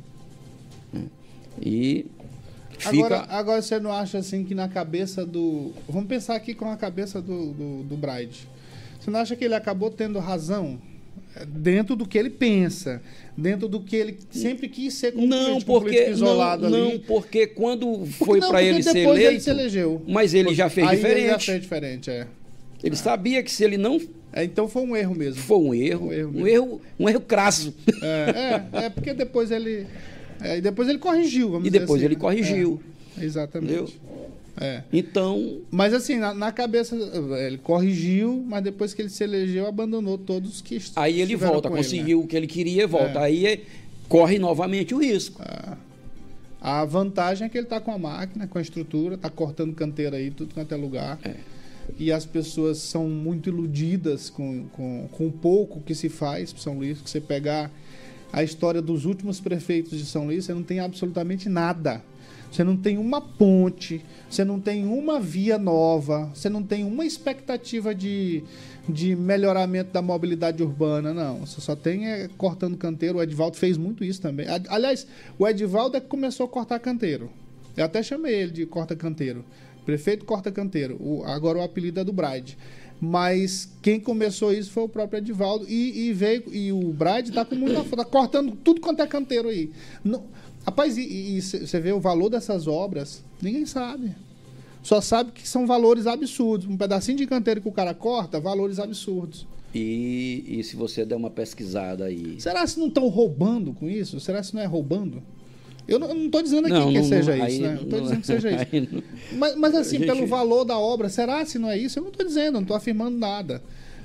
E fica... Agora, agora você não acha assim que na cabeça do... Vamos pensar aqui com a cabeça do, do, do Braide. Você não acha que ele acabou tendo razão dentro do que ele pensa, dentro do que ele sempre quis ser como não, político, porque, político isolado não, ali? Não, porque quando porque foi para ele ser eleito... ele se elegeu. Mas ele já fez Aí diferente. Ele já fez diferente, é. Ele ah. sabia que se ele não... É, então foi um erro mesmo. Foi um erro, um erro, um erro, um erro crasso. É, é, é porque depois ele... É, e depois ele corrigiu, vamos e dizer depois assim, ele corrigiu. É, exatamente. É. Então... Mas assim, na, na cabeça, ele corrigiu, mas depois que ele se elegeu, abandonou todos que Aí ele volta, conseguiu ele, né? o que ele queria, volta. É. Aí é, corre novamente o risco. É. A vantagem é que ele está com a máquina, com a estrutura, está cortando canteira aí, tudo quanto é lugar. É. E as pessoas são muito iludidas com, com, com o pouco que se faz para São Luís. Que você pegar a história dos últimos prefeitos de São Luís, você não tem absolutamente nada. Você não tem uma ponte, você não tem uma via nova, você não tem uma expectativa de, de melhoramento da mobilidade urbana, não. Você só tem é, cortando canteiro. O Edivaldo fez muito isso também. Aliás, o Edivaldo é que começou a cortar canteiro. Eu até chamei ele de corta-canteiro. Prefeito corta-canteiro. O, agora o apelido é do Braide. Mas quem começou isso foi o próprio Edivaldo. E, e veio e o Braide está com muita tá cortando tudo quanto é canteiro aí. Não, rapaz, e você vê o valor dessas obras? Ninguém sabe. Só sabe que são valores absurdos. Um pedacinho de canteiro que o cara corta, valores absurdos. E, e se você der uma pesquisada aí... Será que não estão roubando com isso? Será que não é roubando? Eu não estou dizendo aqui não, que não, seja não, isso, né? Não estou dizendo que seja isso. Não, mas, mas assim, gente... pelo valor da obra, será se não é isso? Eu não estou dizendo, não estou afirmando nada.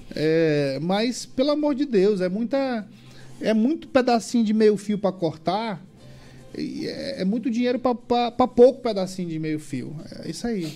É, mas, pelo amor de Deus, é muita, é muito pedacinho de meio fio para cortar, e é, é muito dinheiro para pouco pedacinho de meio fio. É isso aí.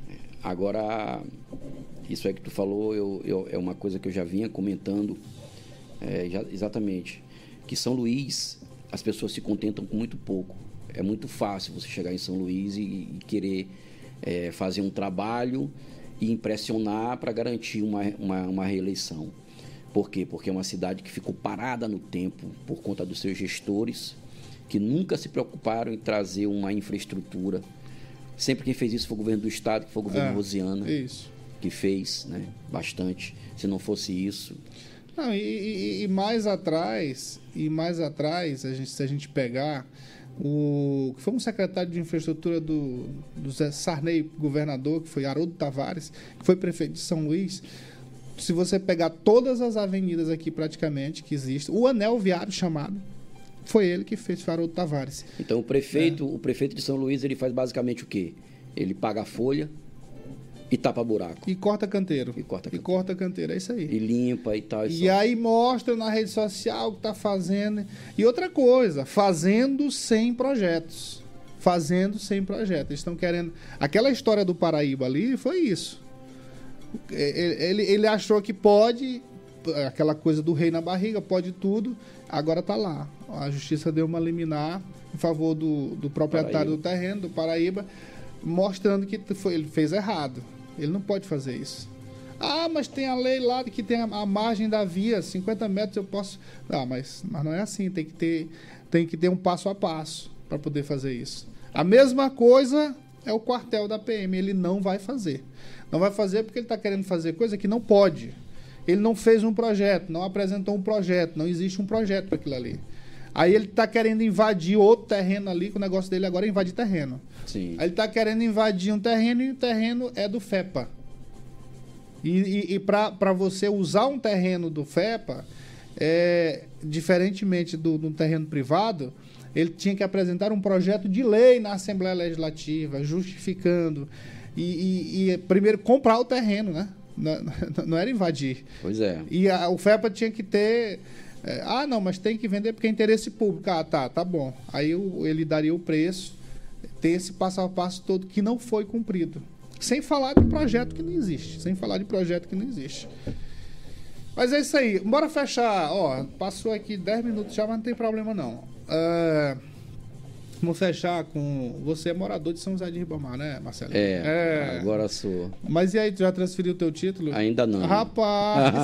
Agora, isso aí que tu falou, eu, eu, é uma coisa que eu já vinha comentando, é, já, exatamente, que São Luís... As pessoas se contentam com muito pouco. É muito fácil você chegar em São Luís e, e querer é, fazer um trabalho e impressionar para garantir uma, uma, uma reeleição. Por quê? Porque é uma cidade que ficou parada no tempo por conta dos seus gestores, que nunca se preocuparam em trazer uma infraestrutura. Sempre quem fez isso foi o governo do estado, que foi o governo é, Rosiana, isso. que fez, né, bastante. Se não fosse isso... Não, e, e, e mais atrás, e mais atrás, a gente, se a gente pegar o que foi um secretário de infraestrutura do, do Zé Sarney, governador, que foi Haroldo Tavares, que foi prefeito de São Luís. Se você pegar todas as avenidas aqui praticamente que existem, o anel viário chamado, foi ele que fez, Haroldo Tavares. Então o prefeito, é. o prefeito de São Luís, ele faz basicamente o quê? Ele paga a folha e tapa buraco. E corta canteiro. E corta canteiro. E corta canteiro, é isso aí. E limpa e tal. E, e aí mostra na rede social o que está fazendo. E outra coisa, fazendo sem projetos. Fazendo sem projetos. Eles estão querendo... Aquela história do Paraíba ali foi isso. Ele, ele achou que pode, aquela coisa do rei na barriga, pode tudo, agora está lá. A justiça deu uma liminar em favor do, do proprietário Paraíba. do terreno, do Paraíba, mostrando que foi, ele fez errado. Ele não pode fazer isso. Ah, mas tem a lei lá que tem a, a margem da via, cinquenta metros eu posso... Ah, mas, mas não é assim, tem que ter, tem que ter um passo a passo para poder fazer isso. A mesma coisa é o quartel da P M, ele não vai fazer. Não vai fazer porque ele está querendo fazer coisa que não pode. Ele não fez um projeto, não apresentou um projeto, não existe um projeto para aquilo ali. Aí ele está querendo invadir outro terreno ali, que o negócio dele agora é invadir terreno. Sim. Aí ele está querendo invadir um terreno e o terreno é do FEPA. E, e, e para você usar um terreno do FEPA, é, diferentemente do, do terreno privado, ele tinha que apresentar um projeto de lei na Assembleia Legislativa, justificando. E, e, e primeiro comprar o terreno, né? Não, não era invadir. Pois é. E a, o FEPA tinha que ter... É, ah, não, mas tem que vender porque é interesse público. Ah, tá, tá bom. Aí o, ele daria o preço, ter esse passo a passo todo que não foi cumprido. Sem falar de projeto que não existe. Sem falar de projeto que não existe. Mas é isso aí. Bora fechar. Ó, passou aqui dez minutos já, mas não tem problema não. Uh, vamos fechar com... Você é morador de São José de Ribamar, né, Marcelo? É, é, agora sou. Mas e aí, tu já transferiu o teu título? Ainda não. Rapaz!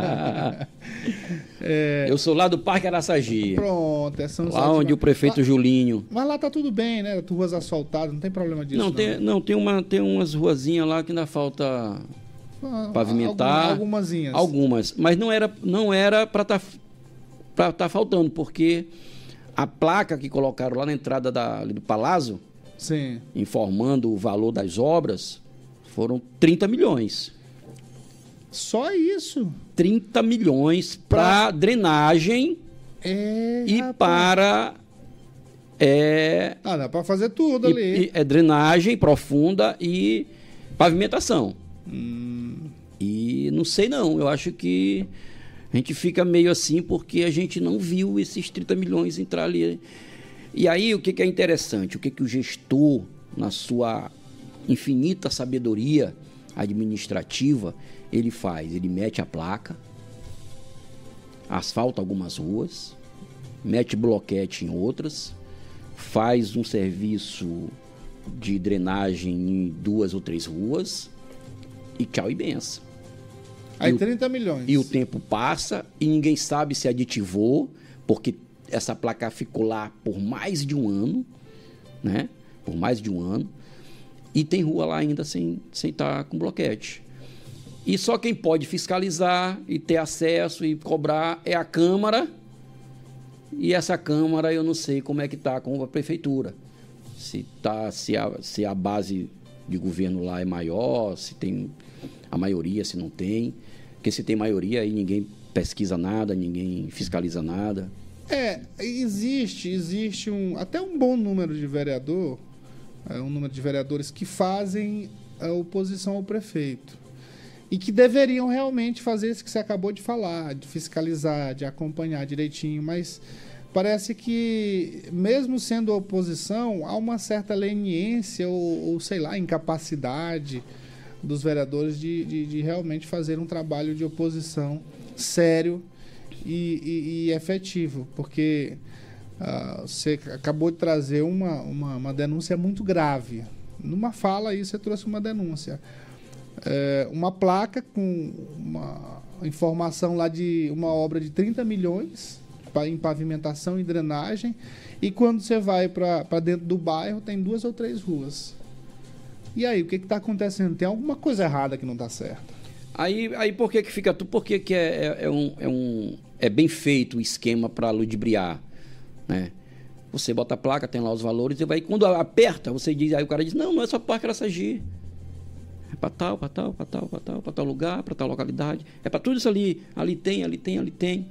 é... Eu sou lá do Parque Araçagi. Pronto, é São José. Lá onde o prefeito lá... Julinho... Mas lá tá tudo bem, né? Ruas asfaltadas, não tem problema disso, não. Não, tem, não, tem, uma, tem umas ruazinhas lá que ainda falta... pavimentar. Algumazinhas. Algumas. Mas não era, não era para estar tá, tá faltando, porque a placa que colocaram lá na entrada da, do Palácio, sim, informando o valor das obras, foram trinta milhões. Só isso? trinta milhões para pra... drenagem é, e rapaz. para... É, ah, dá para fazer tudo e, ali. E, é drenagem profunda e pavimentação. Hum. E não sei não, eu acho que a gente fica meio assim porque a gente não viu esses trinta milhões entrar ali. E aí o que, que é interessante, o que, que o gestor, na sua infinita sabedoria administrativa, ele faz? Ele mete a placa, asfalta algumas ruas, mete bloquete em outras, faz um serviço de drenagem em duas ou três ruas, e tchau e benção. Aí trinta milhões. E o tempo passa e ninguém sabe se aditivou, porque essa placa ficou lá por mais de um ano, né? Por mais de um ano. E tem rua lá ainda sem sem estar com bloquete. E só quem pode fiscalizar e ter acesso e cobrar é a Câmara. E essa Câmara eu não sei como é que está com a Prefeitura. Se, tá, se, a, se a base de governo lá é maior, se tem a maioria, se não tem. Porque se tem maioria, aí ninguém pesquisa nada, ninguém fiscaliza nada. É, existe, existe um, até um bom número de vereador, é, um número de vereadores que fazem a oposição ao prefeito. E que deveriam realmente fazer isso que você acabou de falar, de fiscalizar, de acompanhar direitinho, mas parece que, mesmo sendo oposição, há uma certa leniência ou, ou sei lá, incapacidade dos vereadores de, de, de realmente fazer um trabalho de oposição sério e, e, e efetivo, porque uh, você acabou de trazer uma, uma, uma denúncia muito grave. Numa fala aí você trouxe uma denúncia. É, uma placa com uma informação lá de uma obra de trinta milhões em pavimentação e drenagem, e quando você vai para dentro do bairro tem duas ou três ruas. E aí, o que está acontecendo? Tem alguma coisa errada que não está certa. Aí, aí por que que fica tudo? Por que que é, é, é, um, é, um, é bem feito o esquema para ludibriar, né? Você bota a placa, tem lá os valores, e vai, quando aperta, você diz, aí o cara diz, não, não é só Parque Araçagi. É para tal, para tal, para tal, para tal, para tal lugar, para tal localidade. É para tudo isso ali. Ali tem, ali tem, ali tem.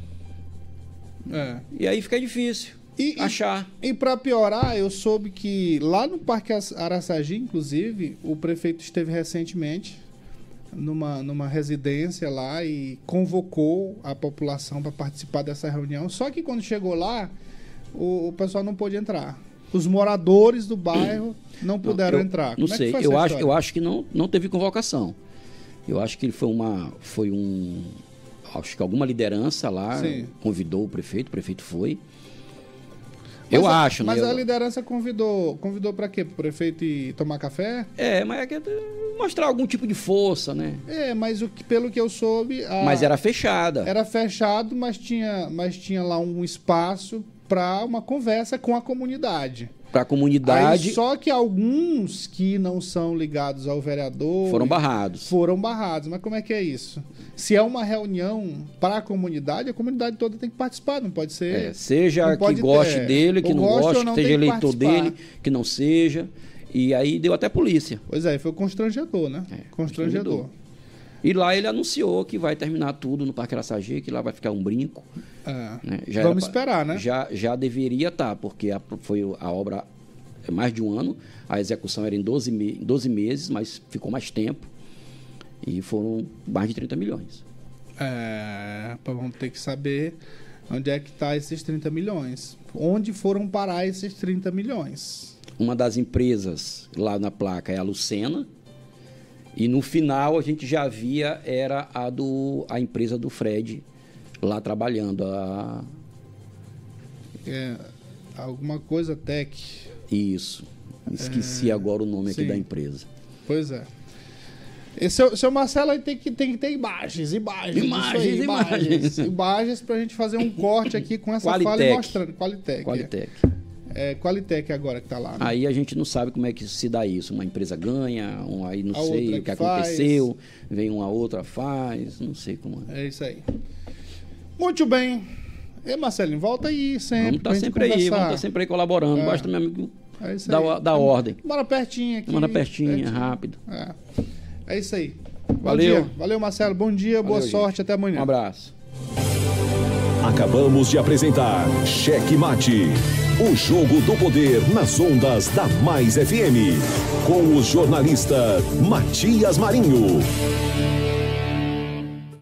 É. E aí fica difícil e, achar. E, e para piorar, eu soube que lá no Parque Araçagi, inclusive, o prefeito esteve recentemente numa, numa residência lá e convocou a população para participar dessa reunião. Só que quando chegou lá, o, o pessoal não pôde entrar. Os moradores do bairro não puderam não, eu, entrar. Não Como sei, é que foi eu, essa acho, eu acho que não, não teve convocação. Eu acho que foi uma. Foi um. Acho que alguma liderança lá Sim. convidou o prefeito, o prefeito foi. Mas eu a, acho, mas né? Mas a eu... liderança convidou, convidou para quê? Para o prefeito ir tomar café? É, mas é que mostrar algum tipo de força, né? É, mas o que, pelo que eu soube... A... Mas era fechada. Era fechado, mas tinha, mas tinha lá um espaço para uma conversa com a comunidade. Para a comunidade. Aí, só que alguns que não são ligados ao vereador... Foram barrados. Foram barrados. Mas como é que é isso? Se é uma reunião para a comunidade, a comunidade toda tem que participar, não pode ser... É, seja que goste ter, dele, que não goste, que seja eleitor dele, que não seja. E aí deu até polícia. Pois é, foi constrangedor, né? É, constrangedor. constrangedor. E lá ele anunciou que vai terminar tudo no Parque Araçagi, que lá vai ficar um brinco. É. Né? Já Vamos pra, esperar, né? Já, já deveria estar, porque a, foi a obra é mais de um ano, a execução era em doze, me, doze meses, mas ficou mais tempo. E foram mais de trinta milhões. É, vamos ter que saber onde é que está esses trinta milhões. Onde foram parar esses trinta milhões? uma das empresas lá na placa é a Lucena, e no final a gente já via era a, do, a empresa do Fred lá trabalhando. A... É, alguma coisa Tech. Isso. Esqueci é... agora o nome Sim. aqui da empresa. Pois é. E seu, seu Marcelo aí tem que, tem que ter imagens, imagens. Imagens, aí, imagens. Imagens, imagens pra gente fazer um corte aqui com essa Qualitec. fala e mostrando. Qualitec. Qualitec. É, Qualitec agora que tá lá. Né? Aí a gente não sabe como é que se dá isso. Uma empresa ganha, um, aí não a sei o que, que aconteceu, faz. Vem uma outra, faz, não sei como é. É isso aí. Muito bem. E Marcelinho, volta aí sempre. Vamos estar tá sempre conversar. aí, vamos estar tá sempre aí colaborando. É. Basta, meu amigo, é dar, dar ordem. Mora pertinho aqui. Mora pertinho, pertinho. rápido. É. é isso aí. Valeu. Bom dia. Valeu, Marcelo. Bom dia, Valeu, boa sorte. Gente. Até amanhã. Um abraço. Acabamos de apresentar Cheque Mate, o jogo do poder nas ondas da Mais F M, com o jornalista Matias Marinho.